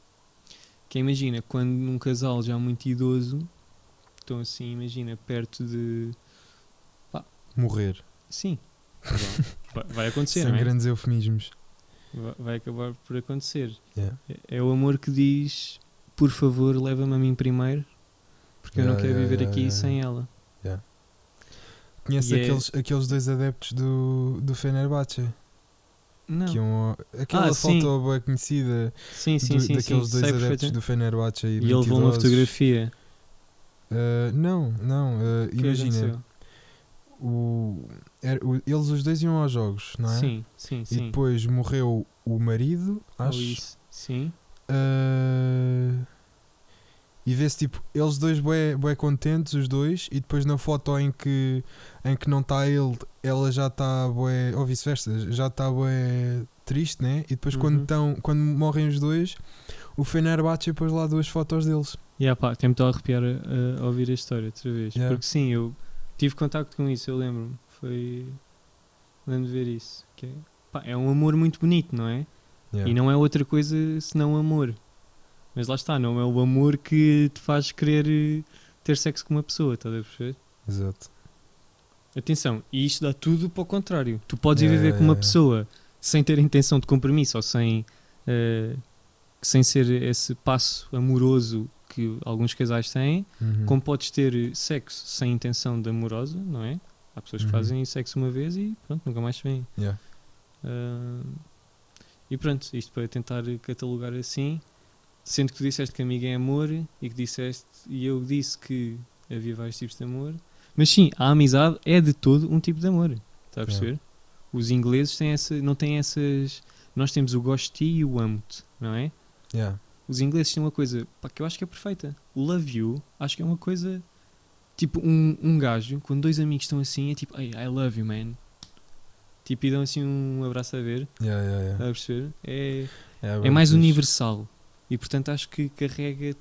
Que imagina, quando num casal já muito idoso, estão assim, imagina, perto de...
Morrer.
Sim. Vai acontecer,
Sem
não é?
grandes eufemismos.
Vai acabar por acontecer.
Yeah.
É o amor que diz, por favor, leva-me a mim primeiro, porque eu não quero viver aqui sem ela.
Yeah. Conhece aqueles dois adeptos do Fenerbahçe?
Não.
Aquela foto bem conhecida daqueles dois adeptos do Fenerbahçe
e ele levou uma fotografia.
Não, imagina. Eles os dois iam aos jogos, não é?
Sim.
E depois morreu o marido, acho.
Isso. Sim.
E vê-se tipo, eles dois bué contentes, os dois, e depois na foto em que não está ele, ela já está bué, ou vice-versa, já está bué triste, né? E depois quando morrem os dois, o Fenerbahçe pôs lá 2 fotos deles.
Tem-me estado a arrepiar a ouvir a história outra vez.
Yeah.
Porque sim, eu tive contacto com isso, eu lembro-me. Lembro de ver isso. É um amor muito bonito, não é?
Yeah.
E não é outra coisa senão amor. Mas lá está, não é o amor que te faz querer ter sexo com uma pessoa, estás a perceber?
Exato.
Atenção, e isto dá tudo para o contrário. Tu podes ir viver com uma pessoa sem ter intenção de compromisso ou sem ser esse passo amoroso que alguns casais têm, como podes ter sexo sem intenção de amorosa, não é? Há pessoas que fazem sexo uma vez e pronto, nunca mais se vêem.
Yeah.
E pronto, isto para tentar catalogar assim, sendo que tu disseste que amigo é amor e eu disse que havia vários tipos de amor, mas sim, a amizade é de todo um tipo de amor, está a perceber? Yeah. Os ingleses não têm essas, nós temos o gosto de ti e o amo-te, não é?
Yeah.
Os ingleses têm uma coisa que eu acho que é perfeita, o love you, acho que é uma coisa tipo um gajo, quando 2 amigos estão assim, é tipo, hey, I love you, man, tipo, e dão assim um abraço a ver.
Yeah.
Está a perceber? É mais universal. E portanto acho que carrega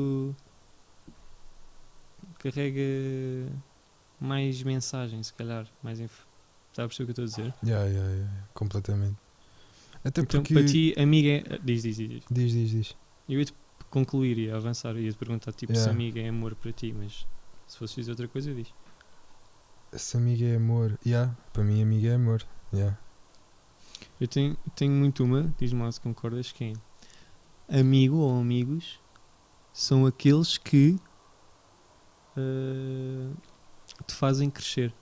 mais mensagem, se calhar. Está a perceber o que eu estou a dizer?
Yeah. Completamente. Até
então,
porque...
para ti, amiga é... Diz.
Diz.
Eu ia-te concluir, ia avançar, ia-te perguntar tipo, se amiga é amor para ti, mas se fosse dizer outra coisa, diz.
Se amiga é amor, para mim amiga é amor.
Eu tenho muito diz-me lá se concordas, que é amigo ou amigos são aqueles que te fazem crescer.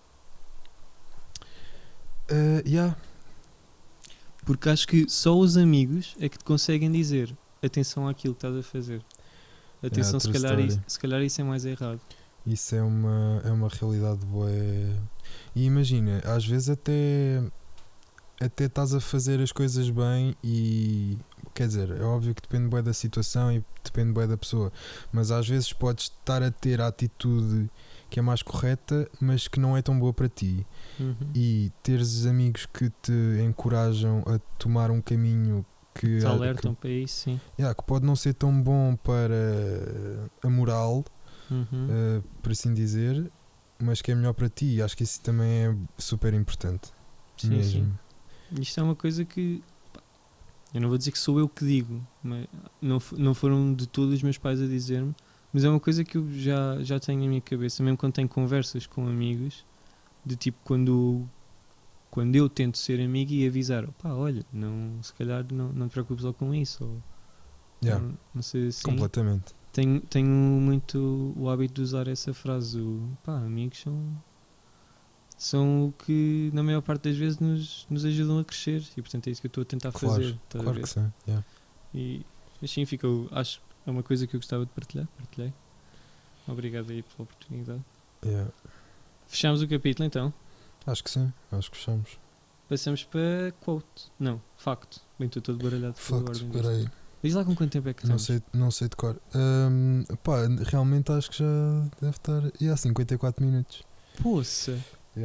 Porque acho que só os amigos é que te conseguem dizer atenção àquilo que estás a fazer. Atenção, se calhar isso é mais errado.
Isso é uma realidade boa. E imagina, às vezes até estás a fazer as coisas bem e... Quer dizer, é óbvio que depende bué da situação e depende bué da pessoa, mas às vezes podes estar a ter a atitude que é mais correta, mas que não é tão boa para ti. E teres amigos que te encorajam a tomar um caminho que...
Te alertam para isso, sim.
Que pode não ser tão bom para a moral, por assim dizer, mas que é melhor para ti. Acho que isso também é super importante.
Sim, mesmo. Sim. Isto é uma coisa que eu não vou dizer que sou eu que digo, mas não foram de todos os meus pais a dizer-me, mas é uma coisa que eu já tenho na minha cabeça, mesmo quando tenho conversas com amigos, de tipo quando eu tento ser amigo e avisar, olha, se calhar não te preocupes logo com isso, ou não sei assim.
Completamente.
Tenho muito o hábito de usar essa frase, amigos são o que na maior parte das vezes nos ajudam a crescer, e portanto é isso que eu estou a tentar fazer.
Claro que sim.
E assim acho que é uma coisa que eu gostava de partilhei. Obrigado aí pela oportunidade. Fechamos o capítulo então?
Acho que sim, acho que fechamos.
Passamos para quote. Não, facto. Bem, estou todo baralhado.
Facto, espera aí.
Diz lá com quanto tempo é que estamos.
Não sei de cor. Realmente acho que já deve estar 54 minutos.
Poça!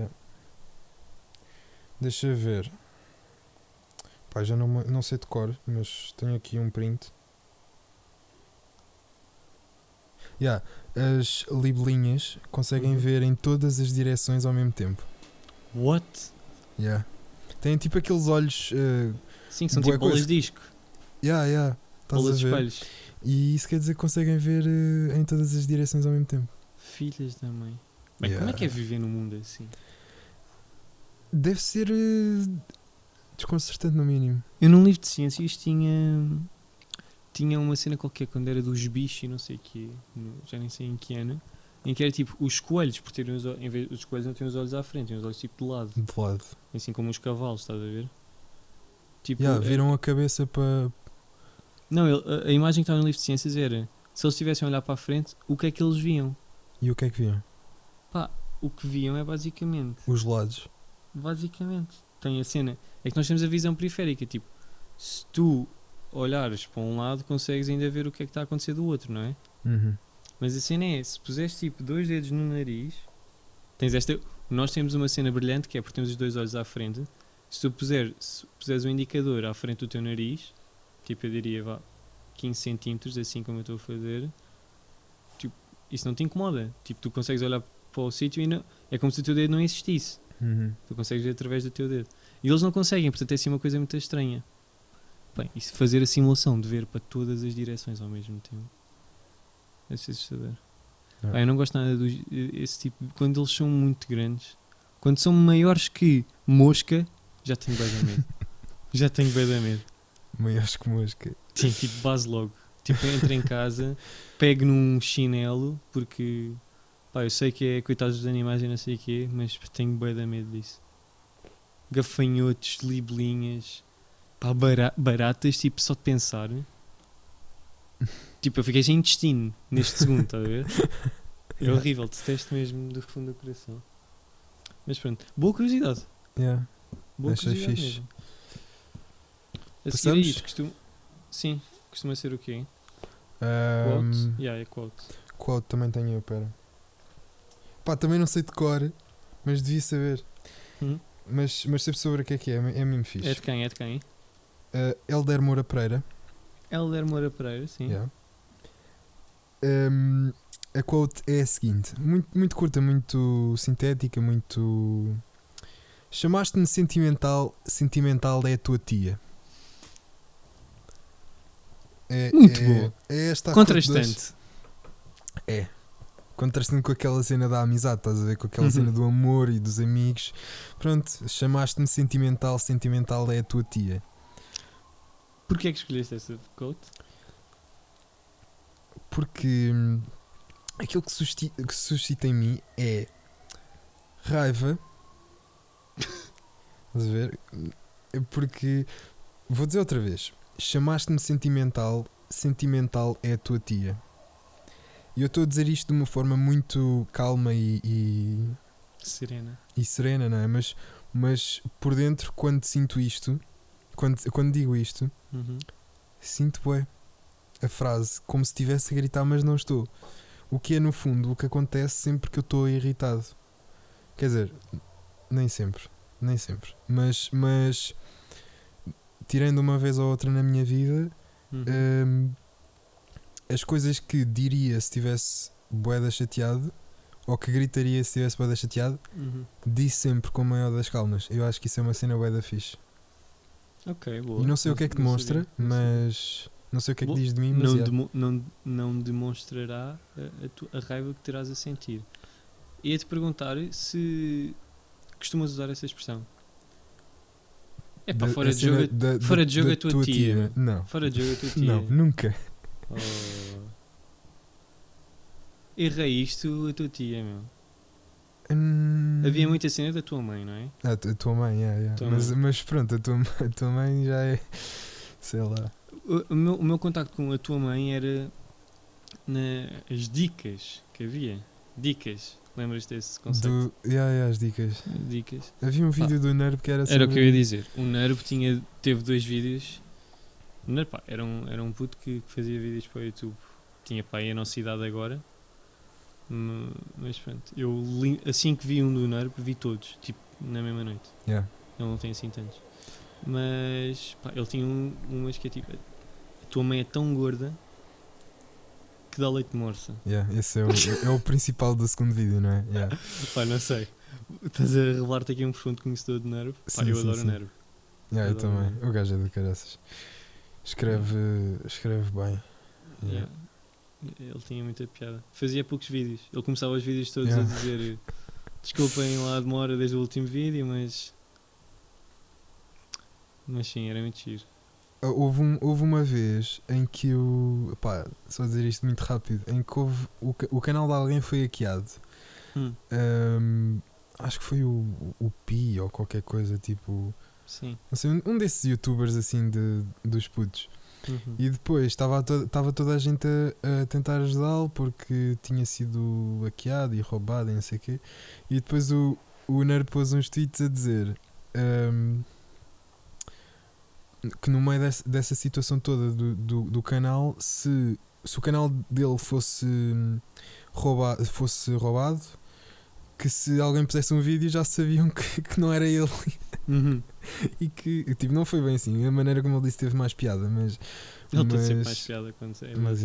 Deixa eu ver. Já não sei de cor, mas tenho aqui um print. As libelinhas conseguem ver em todas as direções ao mesmo tempo.
What?
Têm tipo aqueles olhos...
Sim, são tipo bolas de disco.
Estás
bolas
a
de
ver?
espelhos.
E isso quer dizer que conseguem ver em todas as direções ao mesmo tempo.
Filhas da mãe. Bem, como é que é viver num mundo assim?
Deve ser desconcertante no mínimo.
Eu num livro de ciências tinha uma cena qualquer quando era dos bichos e não sei o quê, já nem sei em que ano, em que era tipo os coelhos, por terem em vez os coelhos não têm os olhos à frente, têm os olhos tipo de lado.
De lado.
Assim como os cavalos, estás a ver? Tipo,
viram a cabeça para...
Não, a imagem que estava no livro de ciências era, se eles estivessem a olhar para a frente, o que é que eles viam?
E o que é que viam?
Pá, o que viam é basicamente...
Os lados.
Basicamente. Tem a cena. É que nós temos a visão periférica, tipo, se tu olhares para um lado, consegues ainda ver o que é que está a acontecer do outro, não é?
Uhum.
Mas a cena é, se puseres tipo 2 dedos no nariz, tens esta... Nós temos uma cena brilhante, que é porque temos os 2 olhos à frente. Se tu puseres o indicador à frente do teu nariz, tipo eu diria, vá, 15 centímetros, assim como eu estou a fazer, tipo, isso não te incomoda. Tipo, tu consegues olhar para o sítio e não... É como se o teu dedo não existisse.
Uhum.
Tu consegues ver através do teu dedo. E eles não conseguem, portanto é assim uma coisa muito estranha. Bem, e se fazer a simulação de ver para todas as direções ao mesmo tempo, deve ser assustador. Eu não gosto nada desse tipo. Quando eles são muito grandes, quando são maiores que mosca, já tenho bem da medo. Já tenho bem da medo.
Maiores que mosca.
Sim, tipo base logo. Tipo, entro em casa, pego num chinelo, porque pá, eu sei que é coitados dos animais e não sei o quê, mas tenho bem da medo disso. Gafanhotos, libelinhas, pá, baratas, tipo, só de pensar. Tipo, eu fiquei sem intestino neste segundo, estás a ver? É horrível, detesto mesmo do fundo do coração. Mas pronto, boa curiosidade. Boa
Achei
curiosidade
fixe.
mesmo. A seguir a isto, sim, costuma ser o quê? Quote? É quote.
Quote também tenho eu, pera. Pá, também não sei de cor, mas devia saber. Mas sempre sobre o que é, é mesmo fixe.
É de quem? É de quem?
Hélder Moura Pereira.
Hélder Moura Pereira, sim.
A quote é a seguinte, muito curta, muito sintética, muito... Chamaste-me sentimental é a tua tia.
Muito boa.
É esta
contrastante.
Contrastando com aquela cena da amizade, estás a ver? Com aquela cena do amor e dos amigos. Pronto, chamaste-me sentimental é a tua tia.
Porquê é que escolheste essa quote?
Porque aquilo que suscita em mim é raiva. Estás a ver? Porque, vou dizer outra vez, chamaste-me sentimental é a tua tia. E eu estou a dizer isto de uma forma muito calma e serena, não é? Mas por dentro, quando sinto isto, quando digo isto, sinto a frase como se estivesse a gritar, mas não estou. O que é no fundo o que acontece sempre que eu estou irritado. Quer dizer, nem sempre. Mas tirando uma vez ou outra na minha vida, as coisas que diria se estivesse bué da chateado, ou que gritaria se estivesse bué da chateado, disse sempre com a maior das calmas. Eu acho que isso é uma cena bué da fixe.
Ok, boa.
E não sei o que é que demonstra, mas... Não sei o que é que diz de mim, mas...
Não demonstrará a raiva que terás a sentir. Ia-te perguntar se costumas usar essa expressão. É para fora de jogo a tua tia.
Não.
Fora de jogo a tua tia.
Não, nunca.
Errei isto a tua tia, meu. Havia muita cena da tua mãe, não é?
A tua mãe, mas pronto, a tua mãe já é... Sei lá.
O meu contacto com a tua mãe era nas dicas que havia. Dicas. Lembras-te desse conceito?
As dicas.
Dicas.
Havia um vídeo do Nerb que era sobre...
Era o que eu ia dizer. O Nerb teve 2 vídeos. O Nerb, pá, era um puto que fazia vídeos para o YouTube. Tinha, pá, aí a nossa idade agora. Mas pronto. Eu assim que vi um do Nerb, vi todos. Tipo, na mesma noite. Ele não tem assim tantos. Mas, pá, ele tinha umas que é tipo... A tua mãe é tão gorda que dá leite de morsa.
Esse é o principal do segundo vídeo, não é?
Pá, não sei. Estás a revelar-te aqui um profundo conhecedor de Nerv. Pá, eu adoro o Nerv.
Eu também. O gajo é do caraças. Escreve bem.
Yeah. Ele tinha muita piada. Fazia poucos vídeos. Ele começava os vídeos todos a dizer desculpem lá a demora desde o último vídeo, mas sim, era muito giro.
Houve uma vez em que só dizer isto muito rápido, em que houve o canal de alguém foi hackeado. Acho que foi o Pi ou qualquer coisa, tipo.
Sim.
Não sei, um desses youtubers assim dos putos. E depois estava toda a gente a tentar ajudá-lo porque tinha sido hackeado e roubado e não sei o quê. E depois o Nerd pôs uns tweets a dizer que no meio dessa situação toda do canal, se o canal dele fosse roubado, que se alguém pusesse um vídeo já sabiam que não era ele. E que tipo, não foi bem assim. A maneira como ele disse teve mais piada, mas
ele tem sempre mais piada quando é.
Mas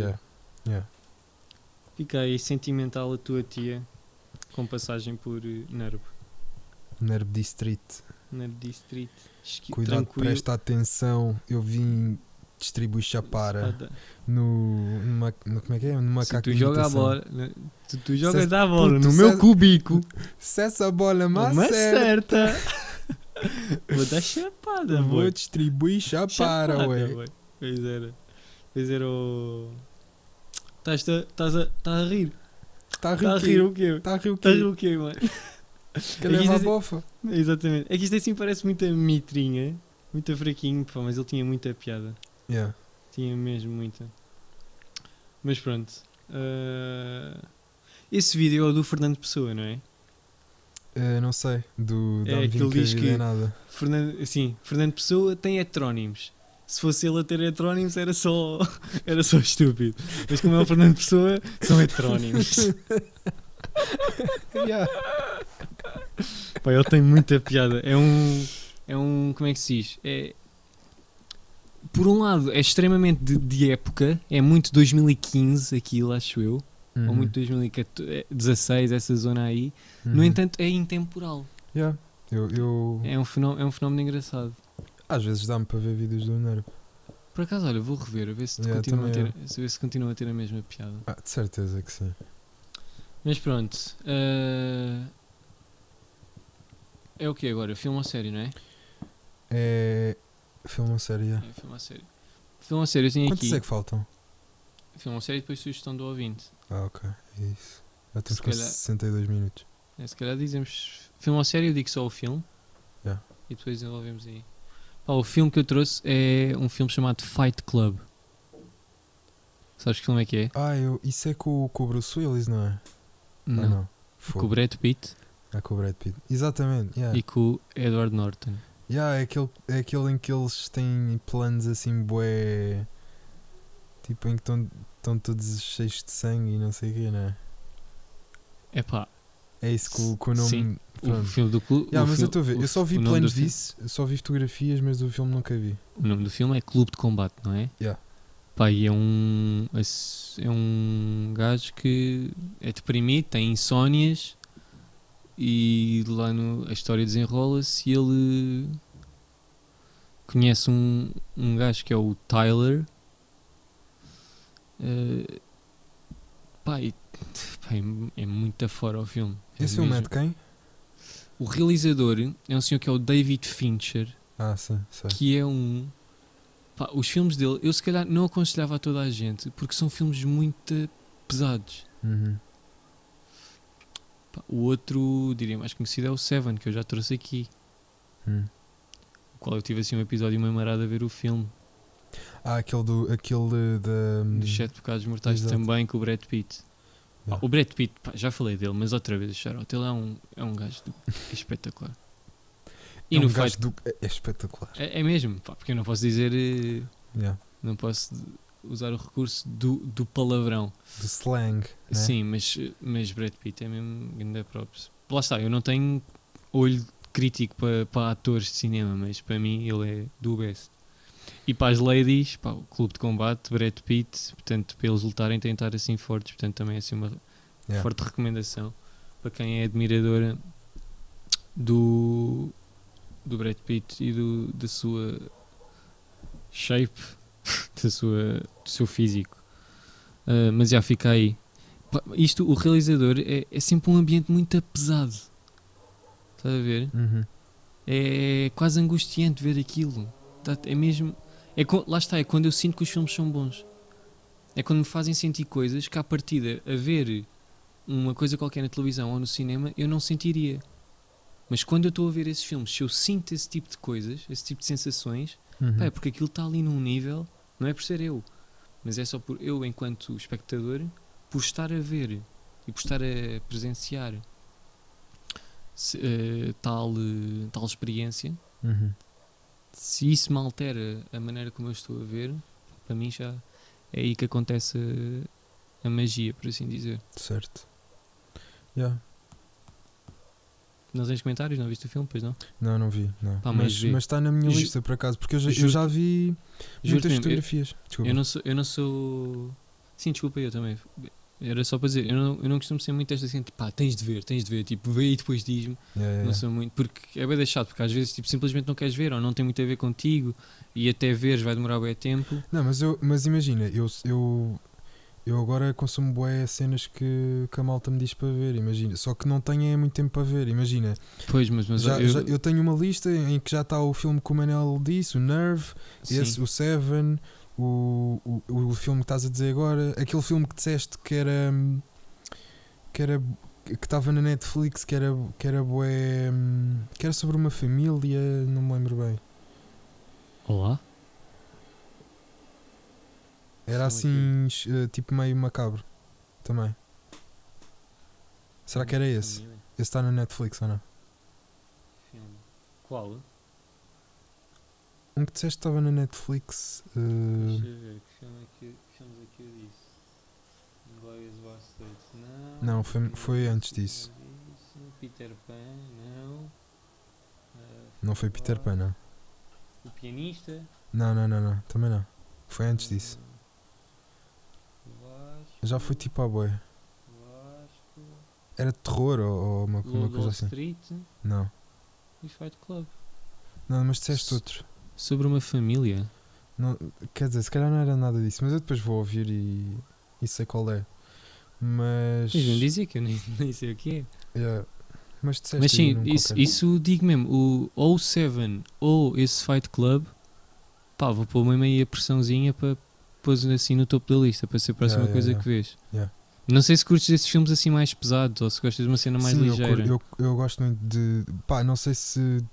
Fica aí sentimental a tua tia com passagem por
Nerb District. Cuidado,
tranquilo.
presta atenção. Eu vim distribuir chapara numa como é que é? Numa
se tu joga a bola, tu jogas a bola no meu cubico,
se essa bola
mas certa vou dar chapada,
vou distribuir chapara, ué.
Pois era o... Estás a rir?
Está a rir
o quê?
Está a rir
o quê, mano?
Que leva a bofa.
Exatamente. É que isto assim parece muita mitrinha, muito fraquinho, pá, mas ele tinha muita piada. Tinha mesmo muita. Mas pronto. Esse vídeo é o do Fernando Pessoa, não é?
Não sei.
É que ele diz que
nada.
Fernando Pessoa tem heterónimos. Se fosse ele a ter heterónimos era só estúpido. Mas como é o Fernando Pessoa, são heterónimos. Pá, ele tem muita piada. É um como é que se diz? Por um lado é extremamente de época, é muito 2015 aquilo, acho eu, ou muito 2016, essa zona aí. No entanto é intemporal. É um fenómeno engraçado.
Às vezes dá-me para ver vídeos do Nervo.
Por acaso, olha, vou rever, a ver se continua a ter a mesma piada.
De certeza que sim.
Mas pronto. É o que agora? Filme ou série, não é?
É filme ou série,
É filme ou série. Filme ou série eu tenho
Quantos
aqui.
é que faltam?
Filme ou série e depois sugestão do ouvinte.
Ok, é isso. Já estamos com 62 minutos.
Se calhar dizemos filme ou série, eu digo só o filme. E depois desenvolvemos aí. O filme que eu trouxe é um filme chamado Fight Club. Sabes que filme é que é?
Isso é com o Bruce Willis, não é?
Não. Com o Brad Pitt.
Com o Brad Pitt. Exatamente.
E com o Edward Norton.
É aquele em que eles têm planos assim bué. Tipo em que estão todos cheios de sangue e não sei o quê, não é? É isso com o nome.
Sim. O filme do clube.
Mas eu estou a ver. Eu só vi planos disso, só vi fotografias, mas o filme nunca vi.
O nome do filme é Clube de Combate, não é? E é um gajo que é deprimido, tem insónias e lá a história desenrola-se e ele conhece um gajo que é o Tyler. É muito afora o filme.
Esse filme é de quem?
O realizador é um senhor que é o David Fincher.
Sei.
Que é os filmes dele, eu se calhar não aconselhava a toda a gente, porque são filmes muito pesados. O outro, diria mais conhecido, é o Seven, que eu já trouxe aqui. O qual eu tive assim um episódio meio marado a ver o filme.
Aquele
dos 7 Pecados Mortais. Exato. Também com o Brad Pitt. O Brad Pitt, já falei dele, mas outra vez, Charlotte, ele é um gajo espetacular. E no
gajo é espetacular.
É mesmo, porque eu não posso dizer. Não posso usar o recurso do palavrão.
Do slang. Né?
Sim, mas Brad Pitt é mesmo grande props. Lá está, eu não tenho olho crítico para atores de cinema, mas para mim ele é do best. E para as ladies, o Clube de Combate, Brad Pitt, portanto, para eles lutarem tem que estar assim fortes, portanto também é assim uma forte recomendação para quem é admiradora do Brad Pitt e da sua shape, do seu físico. Mas já fica aí. Isto, o realizador é sempre um ambiente muito pesado. Estás a ver?
Uhum.
É quase angustiante ver aquilo. É mesmo. Lá está, é quando eu sinto que os filmes são bons. É quando me fazem sentir coisas que, à partida, a ver uma coisa qualquer na televisão ou no cinema, eu não sentiria. Mas quando eu estou a ver esses filmes, se eu sinto esse tipo de coisas, esse tipo de sensações, é porque aquilo está ali num nível, não é por ser eu, mas é só por eu, enquanto espectador, por estar a ver e por estar a presenciar tal experiência. Se isso me altera a maneira como eu estou a ver, para mim já é aí que acontece a magia, por assim dizer.
Certo. Yeah.
Não tens comentários? Não viste o filme? Pois não?
Não vi. Não.
Pá,
mas está na minha lista, por acaso, porque eu já vi muitas fotografias.
Eu não sou. Sim, desculpa, eu também. Era só para dizer, eu não costumo ser muito esta assim, tipo, pá, tens de ver, tipo, vê e depois diz-me. Não sou muito, porque é bem deixado, porque às vezes tipo, simplesmente não queres ver ou não tem muito a ver contigo e até veres vai demorar bem tempo.
Não, mas imagina, eu agora consumo bué cenas que a malta me diz para ver, imagina, só que não tenho muito tempo para ver, imagina.
Pois, mas
eu tenho uma lista em que já está o filme que o Manel disse, o Nerve, esse, o Seven, o filme que estás a dizer agora, aquele filme que disseste que estava na Netflix, que era bué, que era sobre uma família, não me lembro bem.
Olá?
Era assim, tipo meio macabro também. Será que era esse? Esse está na Netflix ou não?
Filme. Qual?
Um que disseste que estava na Netflix.
Deixa eu ver, que filmes é que eu disse? Glorious Bastards,
não, foi antes disso.
Peter Pan, não.
Não foi Peter Pan, não.
O Pianista?
Não, também não. Foi antes disso. Já foi tipo a boia. Era de terror ou uma coisa assim?
Street?
Não.
E Fight Club?
Não, mas disseste outro.
Sobre uma família?
Não, quer dizer, se calhar não era nada disso, mas eu depois vou ouvir e sei qual é. Mas.
Mas não dizer que eu nem sei o que é.
Yeah. Mas disseste.
Mas sim, isso digo mesmo. Ou o Seven ou esse Fight Club, pá, vou pôr mesmo aí a pressãozinha para pôs assim no topo da lista para ser a próxima coisa que vês. Não sei se curtes esses filmes assim mais pesados ou se gostas de uma cena mais ligeira.
Eu gosto muito de. Pá, não sei se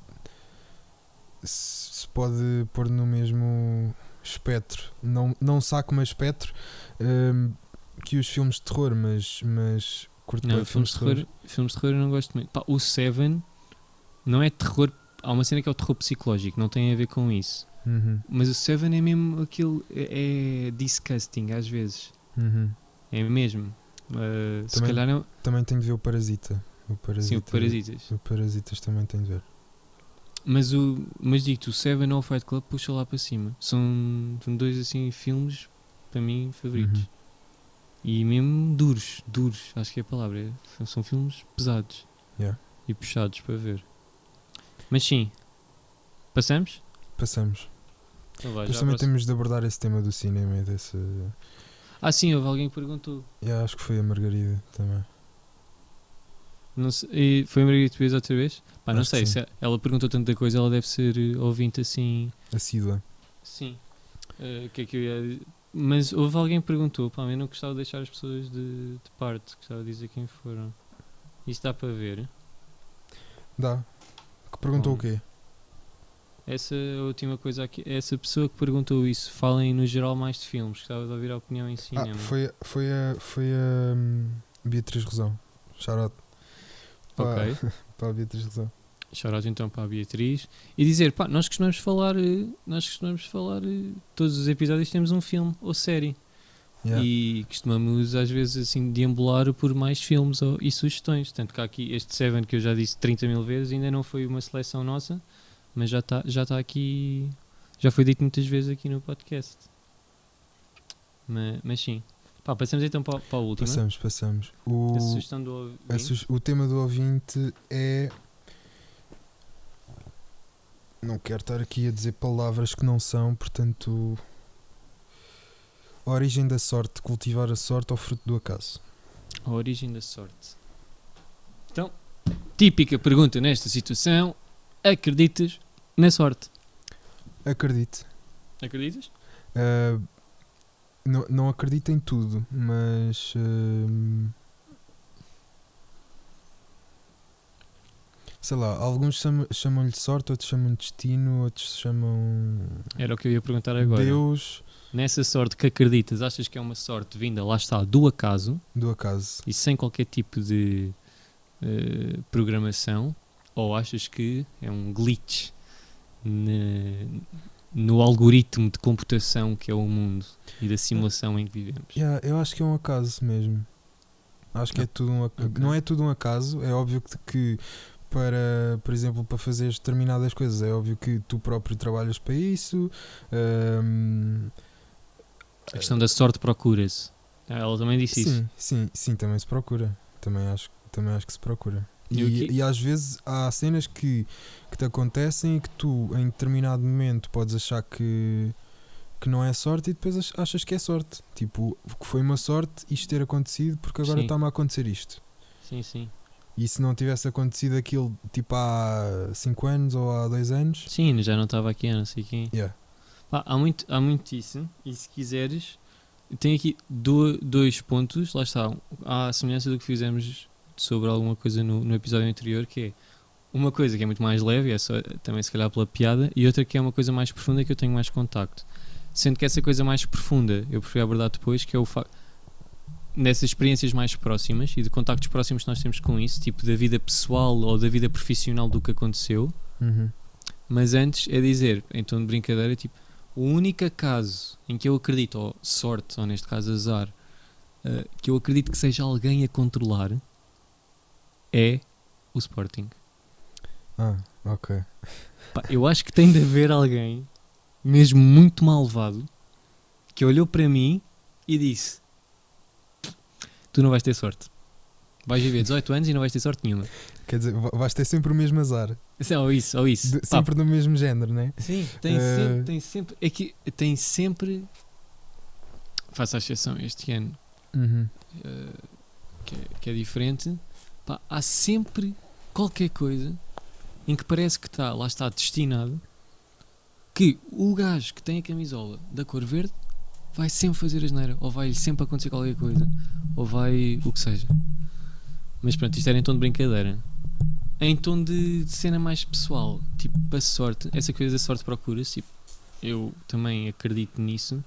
pode pôr no mesmo espectro. Não saco, mas espectro que os filmes de terror, mas curto
não, filmes de terror eu não gosto muito. Pá, o Seven não é terror. Há uma cena que é o terror psicológico, não tem a ver com isso. Mas o Seven é mesmo aquilo. É disgusting às vezes. É mesmo. Se calhar não.
Também tenho de ver o Parasita.
Sim, o Parasitas.
O Parasitas também tenho de ver.
Mas digo-te, o Seven ou o Fight Club puxa lá para cima. São dois assim filmes para mim favoritos. E mesmo duros, acho que é a palavra. São filmes pesados e puxados para ver. Mas sim, passamos?
Passamos.
Então vai,
mas também temos de abordar esse tema do cinema e desse.
Sim, houve alguém que perguntou.
Acho que foi a Margarida também.
Não sei, e foi a Margarida que fez outra vez? Pá, não sei, se ela perguntou tanta coisa, ela deve ser ouvinte assim.
Assídua.
Sim. Que é que eu ia dizer? Mas houve alguém que perguntou, pá, eu não gostava de deixar as pessoas de parte, gostava de dizer quem foram. Isso dá para ver?
Dá. Que perguntou o quê?
Essa última coisa aqui, essa pessoa que perguntou isso, falem no geral mais de filmes, gostava de ouvir a opinião em cinema.
Foi a Beatriz Rosão. Shout-out.
Ok.
Para a Beatriz Rosão.
Shout-out então para a Beatriz. E dizer, pá, nós costumamos falar todos os episódios temos um filme ou série. E costumamos às vezes assim deambular por mais filmes e sugestões. Tanto que há aqui este Seven que eu já disse 30 mil vezes, ainda não foi uma seleção nossa, mas já está aqui, já foi dito muitas vezes aqui no podcast. Mas sim. Pá, passamos então para a última.
Passamos.
A sugestão do ouvinte.
O tema do ouvinte é... Não quero estar aqui a dizer palavras que não são, portanto... a origem da sorte, cultivar a sorte ou fruto do acaso?
A origem da sorte. Então, típica pergunta nesta situação: acreditas na sorte?
Acredito.
Acreditas?
Não acredito em tudo, mas sei lá, alguns chamam-lhe sorte, outros chamam destino, outros chamam
Era o que eu ia perguntar agora.
Deus.
Nessa sorte que acreditas, achas que é uma sorte vinda, lá está, do acaso?
Do acaso.
E sem qualquer tipo de programação? Ou achas que é um glitch no algoritmo de computação que é o mundo e da simulação em que vivemos?
Eu acho que é um acaso mesmo. Acho que é tudo um acaso.
Ok.
Não é tudo um acaso, é óbvio que para, por exemplo, para fazeres determinadas coisas, é óbvio que tu próprio trabalhas para isso.
A questão da sorte procura-se. Ela também disse isso.
Sim, também se procura. Também acho que se procura.
E
E às vezes há cenas que te acontecem e que tu, em determinado momento, podes achar que não é sorte e depois achas que é sorte. Tipo, que foi uma sorte isto ter acontecido porque agora
Sim.
está-me a acontecer isto.
Sim.
E se não tivesse acontecido aquilo tipo há 5 anos ou há 2 anos...
Sim, já não estava aqui, não sei quem.
Yeah.
Há muito isso. E se quiseres, tem aqui dois pontos. Lá está. Há a semelhança do que fizemos sobre alguma coisa no episódio anterior, que é uma coisa que é muito mais leve, é só também se calhar pela piada, e outra que é uma coisa mais profunda que eu tenho mais contacto. Sendo que essa coisa mais profunda eu prefiro abordar depois, que é o facto nessas experiências mais próximas e de contactos próximos que nós temos com isso, tipo da vida pessoal ou da vida profissional do que aconteceu. Mas antes é dizer, em tom de brincadeira, tipo, o único caso em que eu acredito, ou sorte, ou neste caso azar, que eu acredito que seja alguém a controlar é o Sporting.
Ok.
Pá, eu acho que tem de haver alguém mesmo muito malvado que olhou para mim e disse: tu não vais ter sorte, vais viver 18 anos e não vais ter sorte nenhuma.
Quer dizer, vais ter sempre o mesmo azar.
Ou isso.
Sempre do mesmo género, não é?
Sim, tem sempre. É que tem sempre. Faço a exceção este ano, que é diferente. Pá, há sempre qualquer coisa em que parece que lá está destinado que o gajo que tem a camisola da cor verde vai sempre fazer asneira, ou vai sempre acontecer qualquer coisa, ou vai o que seja. Mas pronto, isto era em tom de brincadeira. Em tom de cena mais pessoal, tipo, a sorte, essa coisa da sorte procura-se, tipo, eu também acredito nisso.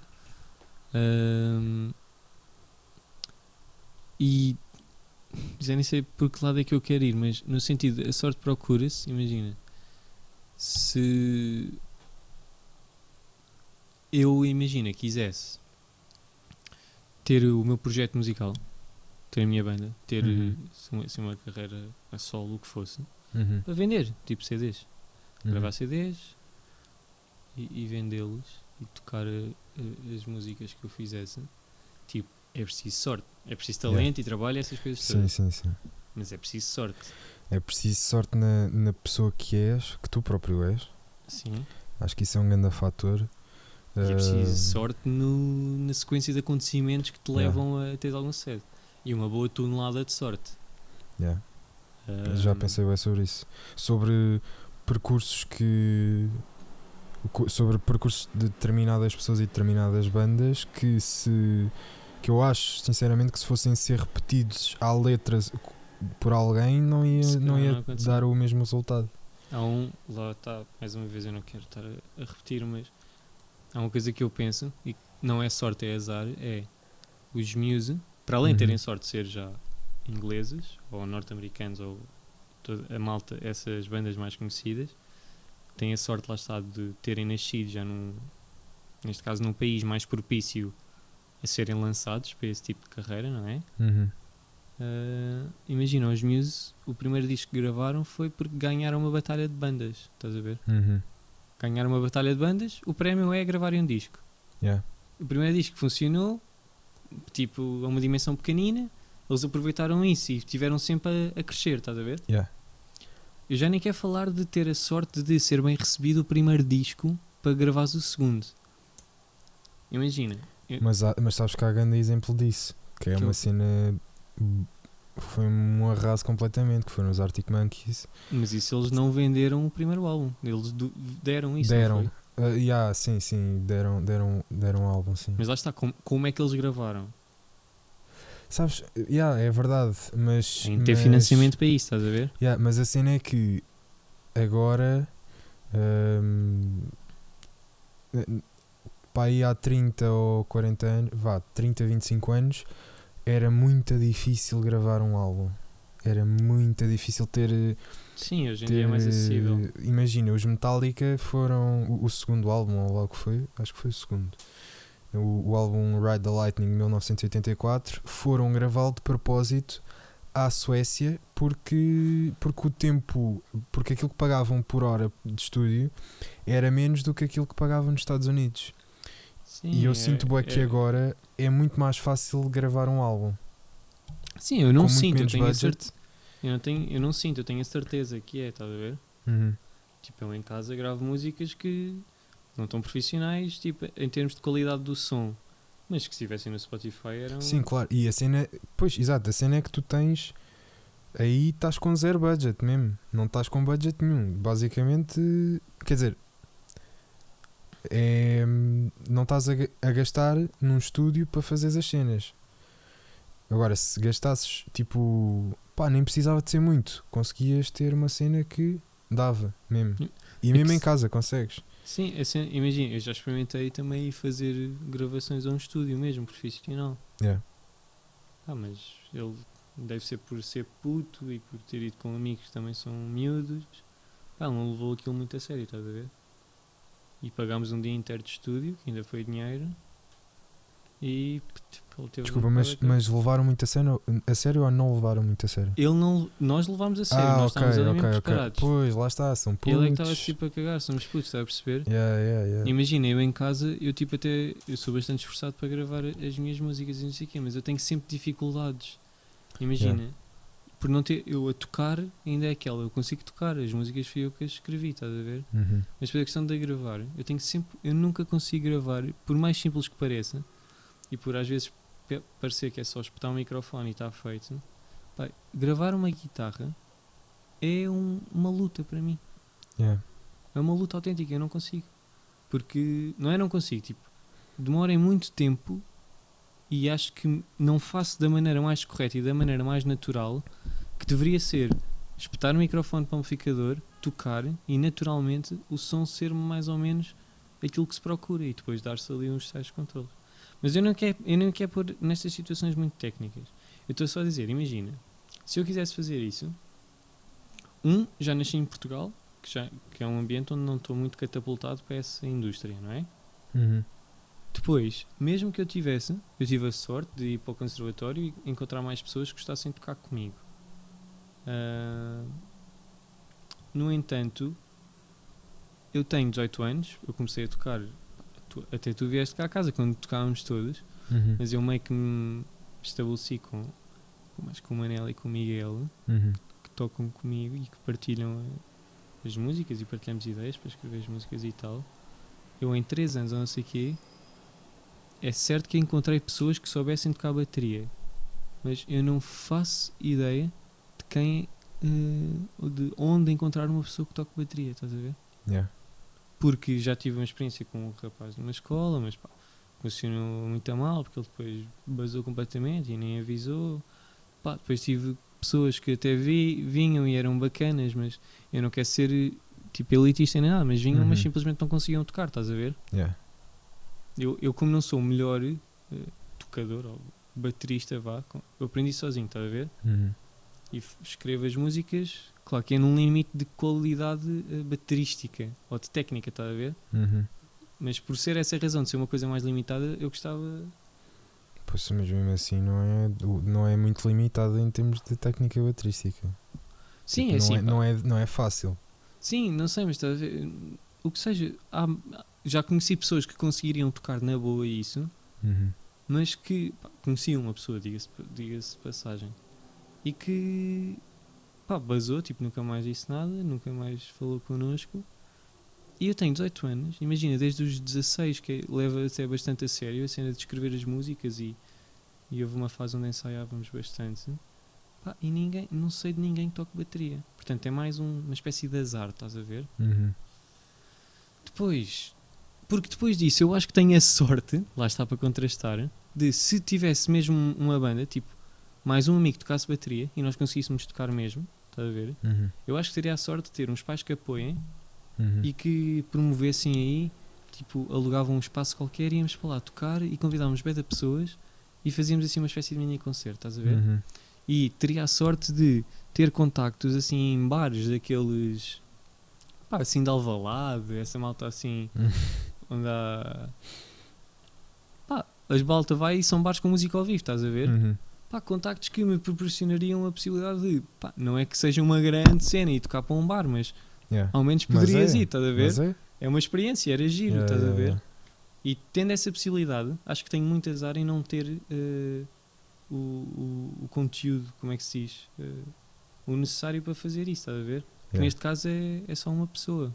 E já nem sei por que lado é que eu quero ir, mas no sentido, a sorte procura-se, imagina, se eu, quisesse ter o meu projeto musical, ter a minha banda, ter uma carreira a solo, o que fosse, para vender, tipo CDs, gravar CDs e vendê-los e tocar as músicas que eu fizesse, tipo, é preciso sorte, é preciso talento e trabalho, essas coisas todas.
Sim.
Mas é preciso sorte.
É preciso sorte na pessoa que és, que tu próprio és.
Sim.
Acho que isso é um grande fator.
E é preciso sorte na sequência de acontecimentos que te levam a ter algum sucesso. E uma boa tonelada de sorte.
Já pensei bem sobre isso. Sobre percursos de determinadas pessoas e determinadas bandas que eu acho sinceramente que se fossem ser repetidos à letra por alguém não ia dar o mesmo resultado.
Lá está, mais uma vez eu não quero estar a repetir, mas há uma coisa que eu penso, e não é sorte, é azar, é os Muse, para além de terem sorte de ser já ingleses, ou norte-americanos, ou toda a malta, essas bandas mais conhecidas, têm a sorte, lá está, de terem nascido já neste caso num país mais propício a serem lançados para esse tipo de carreira, não é? Imagina, os Muse, o primeiro disco que gravaram foi porque ganharam uma batalha de bandas, estás a ver? Ganharam uma batalha de bandas, o prémio é gravarem um disco. O primeiro disco funcionou, tipo, a uma dimensão pequenina, eles aproveitaram isso e estiveram sempre a crescer, estás a ver? Eu já nem quero falar de ter a sorte de ser bem recebido o primeiro disco para gravares o segundo. Imagina,
Mas sabes que há grande exemplo disso, que é uma cena. Foi um arraso completamente, que foram os Arctic Monkeys.
Mas isso eles não venderam o primeiro álbum, eles deram isso, não foi?
Sim, deram álbum, sim.
Mas lá está, como é que eles gravaram?
Sabes, é verdade, mas...
Tem que ter financiamento para isso, estás a ver?
Mas a cena é que agora, para aí há 30 ou 40 anos, 30, 25 anos, era muito difícil gravar um álbum. Era muito difícil ter...
Sim, hoje em dia é mais acessível.
Imagina, os Metallica foram o segundo álbum, ou logo foi, acho que foi o segundo. O álbum Ride the Lightning de 1984 foram gravá-lo de propósito à Suécia porque o tempo, porque aquilo que pagavam por hora de estúdio era menos do que aquilo que pagavam nos Estados Unidos. Sim, e eu sinto que agora é muito mais fácil gravar um álbum.
Sim, eu não sinto, eu tenho eu não sinto, eu tenho a certeza que estás a ver?
Uhum.
Tipo, eu em casa gravo músicas que não tão profissionais, tipo, em termos de qualidade do som, mas que se estivessem no Spotify eram...
Sim, claro, e a cena, pois, exato, a cena é que tu tens, aí estás com zero budget mesmo, não estás com budget nenhum, basicamente, quer dizer, não estás a gastar num estúdio para fazer as cenas. Agora, se gastasses, tipo, nem precisava de ser muito, conseguias ter uma cena que dava mesmo, e mesmo em casa consegues.
Sim, assim, imagina, eu já experimentei também fazer gravações a um estúdio mesmo, profissional. Mas ele deve ser por ser puto e por ter ido com amigos que também são miúdos. Não levou aquilo muito a sério, estás a ver? E pagámos um dia inteiro de estúdio, que ainda foi dinheiro. E ele teve...
Desculpa, mas levaram muito a sério ou não levaram muito a sério?
Nós levámos a sério, nós estávamos ali mesmo preparados.
Pois, lá está, são putos.
Ele é que estava tipo a cagar, somos putos, está a perceber?
Yeah.
Imagina, eu em casa, eu sou bastante esforçado para gravar as minhas músicas e não sei o quê, mas eu tenho sempre dificuldades. Imagina, por não ter, eu a tocar ainda é aquela, eu consigo tocar, as músicas fui eu que as escrevi, estás a ver?
Uhum.
Mas por a questão de gravar, eu nunca consigo gravar, por mais simples que pareça, e por às vezes parecer que é só espetar um microfone e está feito, gravar uma guitarra é uma luta para mim. É uma luta autêntica, eu não consigo. Porque, não consigo, tipo, demorem muito tempo e acho que não faço da maneira mais correta e da maneira mais natural, que deveria ser espetar o microfone para um amplificador, tocar e naturalmente o som ser mais ou menos aquilo que se procura e depois dar-se ali uns tais controles. Mas eu não quero pôr nestas situações muito técnicas. Eu estou só a dizer, imagina, se eu quisesse fazer isso, já nasci em Portugal, que é um ambiente onde não estou muito catapultado para essa indústria, não é?
Uhum.
Depois, mesmo que eu tive a sorte de ir para o conservatório e encontrar mais pessoas que gostassem de tocar comigo. No entanto, eu tenho 18 anos, eu comecei a tocar, até tu vieste cá a casa quando tocávamos todos, mas eu meio que me estabeleci com o Manel e com o Miguel, que tocam comigo e que partilham as músicas e partilhamos ideias para escrever as músicas e tal. Eu em 3 anos ou não sei o quê, é certo que encontrei pessoas que soubessem tocar bateria, mas eu não faço ideia de quem, de onde encontrar uma pessoa que toque bateria, estás a ver? Porque já tive uma experiência com um rapaz numa escola, mas funcionou muito a mal, porque ele depois basou completamente e nem avisou. Depois tive pessoas que até vinham e eram bacanas, mas eu não quero ser tipo elitista nem nada, mas vinham, mas simplesmente não conseguiam tocar, estás a ver? Eu como não sou o melhor tocador ou baterista, eu aprendi sozinho, estás a ver? E escrevo as músicas, claro que é num limite de qualidade baterística ou de técnica, estás a ver? Mas por ser essa razão de ser uma coisa mais limitada, eu gostava...
Pois, mas mesmo assim não é muito limitado em termos de técnica baterística.
Sim,
tipo,
assim...
Não é fácil.
Sim, não sei, mas estás a ver... O que seja, já conheci pessoas que conseguiriam tocar na boa isso, mas que... conheci uma pessoa, diga-se passagem, e que basou, tipo, nunca mais disse nada, nunca mais falou connosco, e eu tenho 18 anos, imagina, desde os 16 que leva até bastante a sério a cena de escrever as músicas e houve uma fase onde ensaiávamos bastante. Pá, e não sei de ninguém que toque bateria. Portanto, é mais uma espécie de azar, estás a ver? Porque depois disso eu acho que tenho a sorte, lá está para contrastar, de se tivesse mesmo uma banda, tipo, mais um amigo que tocasse bateria e nós conseguíssemos tocar mesmo, estás a ver? Eu acho que teria a sorte de ter uns pais que apoiem e que promovessem aí, tipo, alugavam um espaço qualquer, íamos para lá tocar e convidávamos bem de pessoas e fazíamos assim uma espécie de mini concerto, estás a ver? E teria a sorte de ter contactos assim em bares daqueles, pá, assim de Alvalade, essa malta assim, onde há, pá, as balta vai e são bares com música ao vivo, estás a ver? Pá, contactos que me proporcionariam a possibilidade de, pá, não é que seja uma grande cena e tocar para um bar, mas ao menos poderias ir, estás a ver? É uma experiência, era giro, estás a ver? E tendo essa possibilidade, acho que tenho muito azar em não ter o conteúdo, como é que se diz? O necessário para fazer isso, estás a ver? Que neste caso é só uma pessoa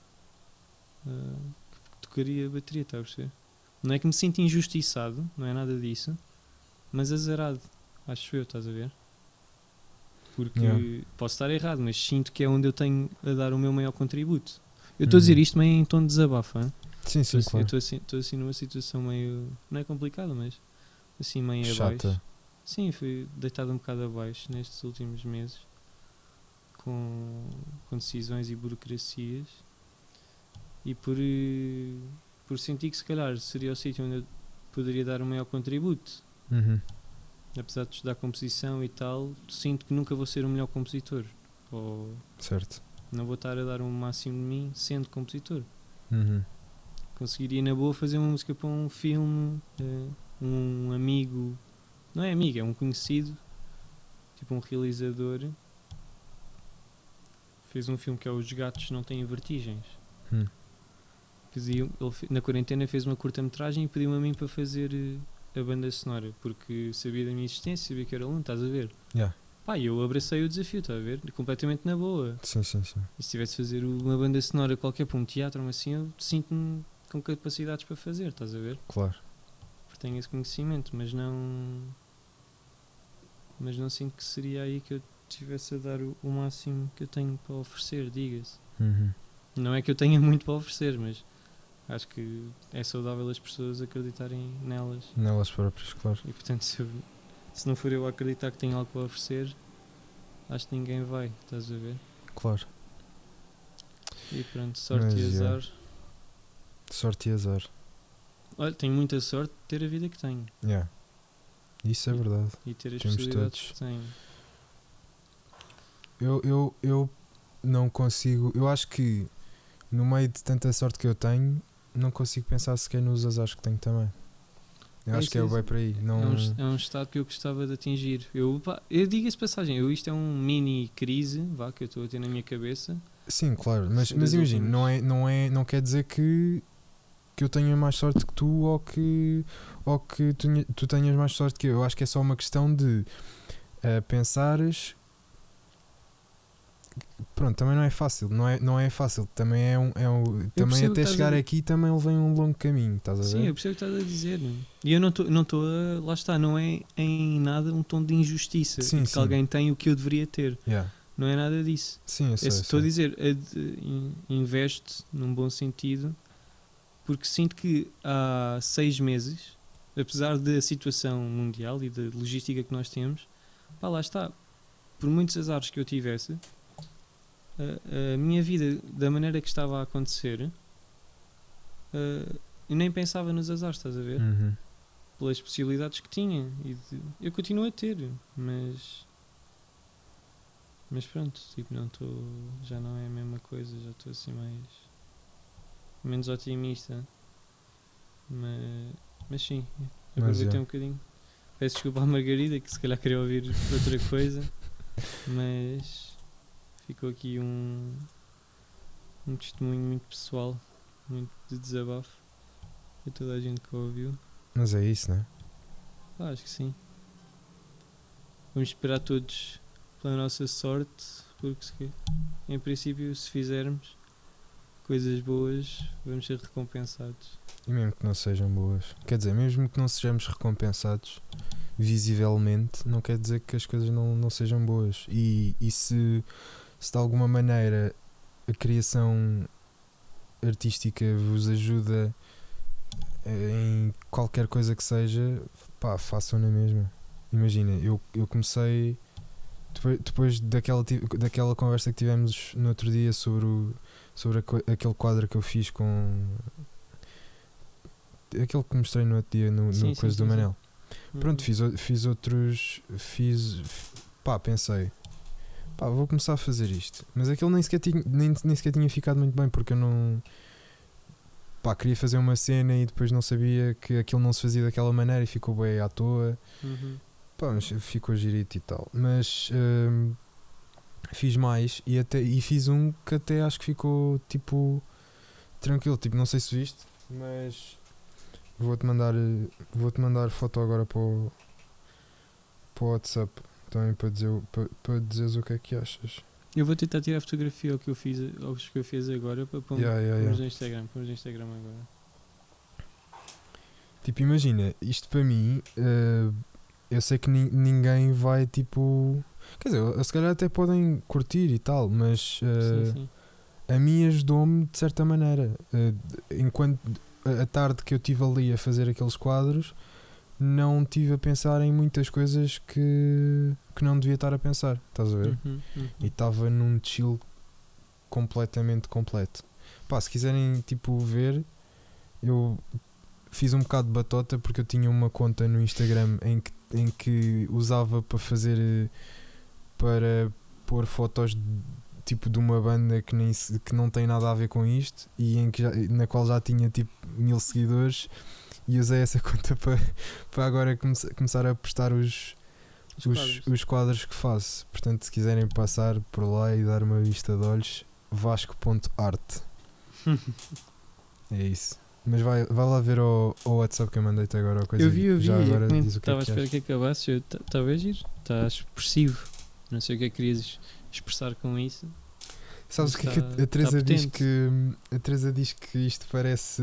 que tocaria a bateria, estás a perceber? Não é que me sinto injustiçado, não é nada disso, mas azarado, acho eu, estás a ver? Porque posso estar errado, mas sinto que é onde eu tenho a dar o meu maior contributo. Eu estou a dizer isto meio em tom de desabafo, hein?
Sim, claro.
Eu estou assim numa situação meio, não é complicada, mas assim meio
chata.
abaixo. Sim, fui deitado um bocado abaixo nestes últimos meses com decisões e burocracias e por sentir que se calhar seria o sítio onde eu poderia dar o maior contributo. Apesar de estudar composição e tal, sinto que nunca vou ser o melhor compositor. Ou
certo.
não vou estar a dar o máximo de mim sendo compositor. Conseguiria na boa fazer uma música para um filme, um amigo, não é amigo, é um conhecido, tipo um realizador, fez um filme que é Os Gatos Não Têm Vertigens. Ele na quarentena fez uma curta-metragem e pediu-me a mim para fazer a banda sonora, porque sabia da minha existência, sabia que era aluno, estás a ver? Pá, eu abracei o desafio, estás a ver? Completamente na boa.
Sim.
E se tivesse a fazer uma banda sonora qualquer para um teatro ou assim, eu sinto-me com capacidades para fazer, estás a ver?
Claro.
Porque tenho esse conhecimento, mas não sinto que seria aí que eu estivesse a dar o máximo que eu tenho para oferecer, diga-se. Não é que eu tenha muito para oferecer, mas acho que é saudável as pessoas acreditarem nelas
próprias, claro.
e portanto se não for eu a acreditar que tenho algo para oferecer, acho que ninguém vai, estás a ver?
Claro.
E pronto, sorte e azar.
Sorte e azar.
Olha, tenho muita sorte de ter a vida que tenho.
Isso é verdade.
E ter as possibilidades que tenho.
Eu não consigo. Eu acho que no meio de tanta sorte que eu tenho, não consigo pensar sequer nos azares que tenho também. Eu acho que é bem por aí. Não...
É um estado que eu gostava de atingir. Eu digo essa passagem, isto é um mini crise que eu estou a ter na minha cabeça.
Sim, claro, mas imagina, não quer dizer que eu tenha mais sorte que tu ou que tu tenhas mais sorte que eu. Eu acho que é só uma questão de pensares. Pronto, também não é fácil, não é fácil, também também até chegar aqui também levei um longo caminho, estás a ver?
Sim, eu percebo o que estás a dizer, e eu não estou a, lá está, não é em nada um tom de injustiça, que alguém tem o que eu deveria ter, não é nada disso.
Sim, eu sei,
estou a dizer, investe num bom sentido, porque sinto que há 6 meses, apesar da situação mundial e da logística que nós temos, lá está, por muitos azares que eu tivesse, a minha vida da maneira que estava a acontecer, eu nem pensava nos azares, estás a ver? Pelas possibilidades que tinha eu continuo a ter, mas pronto, tipo, já não é a mesma coisa, já estou assim menos otimista, mas sim, aproveitei um bocadinho. Peço desculpa à Margarida, que se calhar queria ouvir outra coisa, mas ficou aqui um testemunho muito pessoal, muito de desabafo a toda a gente que ouviu.
Mas é isso, não é?
Acho que sim. Vamos esperar todos pela nossa sorte, porque em princípio, se fizermos, coisas boas, vamos ser recompensados.
E mesmo que não sejam boas. Quer dizer, mesmo que não sejamos recompensados visivelmente, não quer dizer que as coisas não sejam boas. E se de alguma maneira a criação artística vos ajuda em qualquer coisa que seja, pá, façam na mesma. Imagina, eu comecei depois daquela conversa que tivemos no outro dia sobre aquele quadro que eu fiz com aquele que mostrei no outro dia no coisa do Manel. Pronto, fiz outros, pá, pensei, pá, vou começar a fazer isto, mas aquele nem sequer tinha ficado muito bem, porque eu não, pá, queria fazer uma cena e depois não sabia que aquilo não se fazia daquela maneira e ficou bem à toa. Pá, mas ficou girito e tal, mas fiz mais e fiz um que até acho que ficou tipo tranquilo, tipo, não sei se viste, mas vou-te mandar foto agora para o WhatsApp também para dizeres o que é que achas.
Eu vou tentar tirar a fotografia ao que eu fiz agora para pôr no Instagram. Pomos no Instagram agora.
Tipo, imagina, isto para mim, eu sei que ninguém vai tipo. Quer dizer, se calhar até podem curtir e tal, mas
sim.
A mim ajudou-me de certa maneira. Enquanto a tarde que eu estive ali a fazer aqueles quadros, não estive a pensar em muitas coisas que não devia estar a pensar, estás a ver? E estava num chill completamente completo. Pá, se quiserem tipo ver, eu fiz um bocado de batota porque eu tinha uma conta no Instagram em que usava para pôr fotos tipo de uma banda que não tem nada a ver com isto e na qual já tinha tipo 1000 seguidores, e usei essa conta para agora começar a postar os quadros que faço. Portanto, se quiserem passar por lá e dar uma vista de olhos, vasco.art. É isso. Mas vai lá ver o WhatsApp que eu mandei-te agora.
Eu vi.
Já agora diz o que
estava a esperar que acabasse. Estava a giro. Está expressivo. Não sei o que é que querias expressar com isso.
Sabes o que é que a Teresa diz que a Teresa diz que isto parece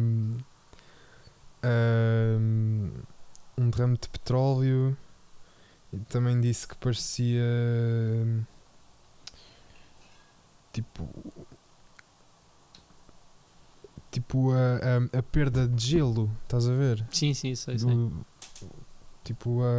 um derrame de petróleo, e também disse que parecia tipo a perda de gelo, estás a ver?
Sim, sei.
Tipo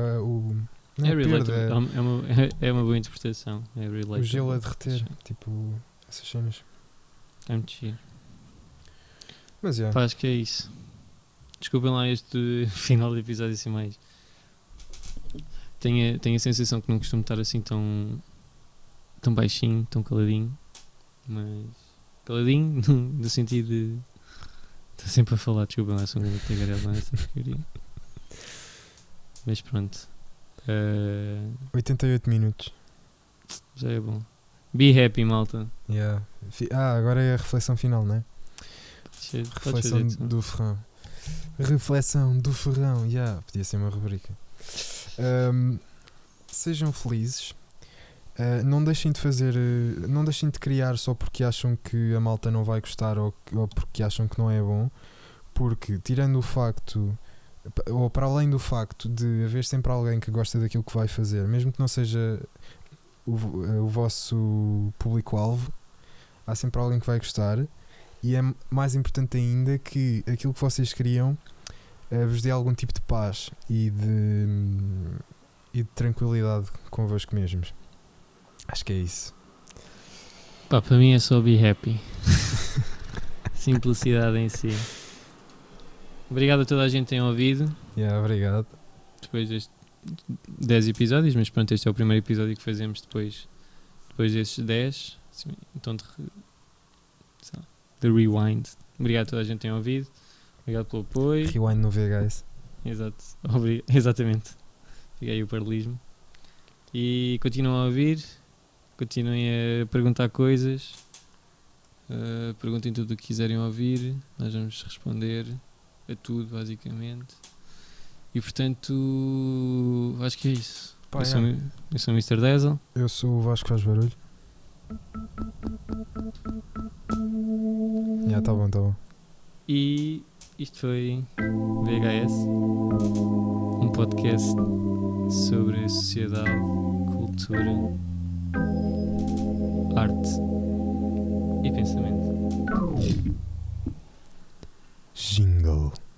é uma boa interpretação. É
o gelo a derreter, tipo essas cenas.
É muito giro.
Mas
Pá, acho que é isso. Desculpem lá este final do episódio assim mais. Tenho a sensação que não costumo estar assim tão baixinho, tão caladinho. Mas caladinho no sentido de estar sempre a falar. Desculpem lá, sou um grande tagarela nessa porcaria. Mas pronto.
88 minutos.
Já é bom. Be happy, malta.
Yeah. Agora é a reflexão final, não é? Reflexão do Ferrão. Reflexão do Ferrão. Podia ser uma rubrica. Sejam felizes. Não deixem de fazer. Não deixem de criar só porque acham que a malta não vai gostar ou porque acham que não é bom. Porque, tirando o facto, ou para além do facto de haver sempre alguém que gosta daquilo que vai fazer, mesmo que não seja o vosso público-alvo, há sempre alguém que vai gostar. E é mais importante ainda que aquilo que vocês criam vos dê algum tipo de paz e de tranquilidade convosco mesmos. Acho que é isso.
Pá, para mim é só be happy. Simplicidade em si. Obrigado a toda a gente que tem ouvido.
Obrigado.
Depois destes 10 episódios, mas pronto, este é o primeiro episódio que fazemos depois destes 10. Então de rewind. Obrigado a toda a gente que tem ouvido. Obrigado pelo apoio.
Rewind no VHS.
Exato. Exatamente. Fica aí o paralelismo. E continuem a ouvir. Continuem a perguntar coisas. Perguntem tudo o que quiserem ouvir. Nós vamos responder a tudo, basicamente. E portanto, acho que é isso. Eu sou o Mr. Diesel.
Eu sou o Vasco Faz Barulho. Tá bom, tá bom.
E isto foi VHS, um podcast sobre sociedade, cultura, arte e pensamento.
Jingle.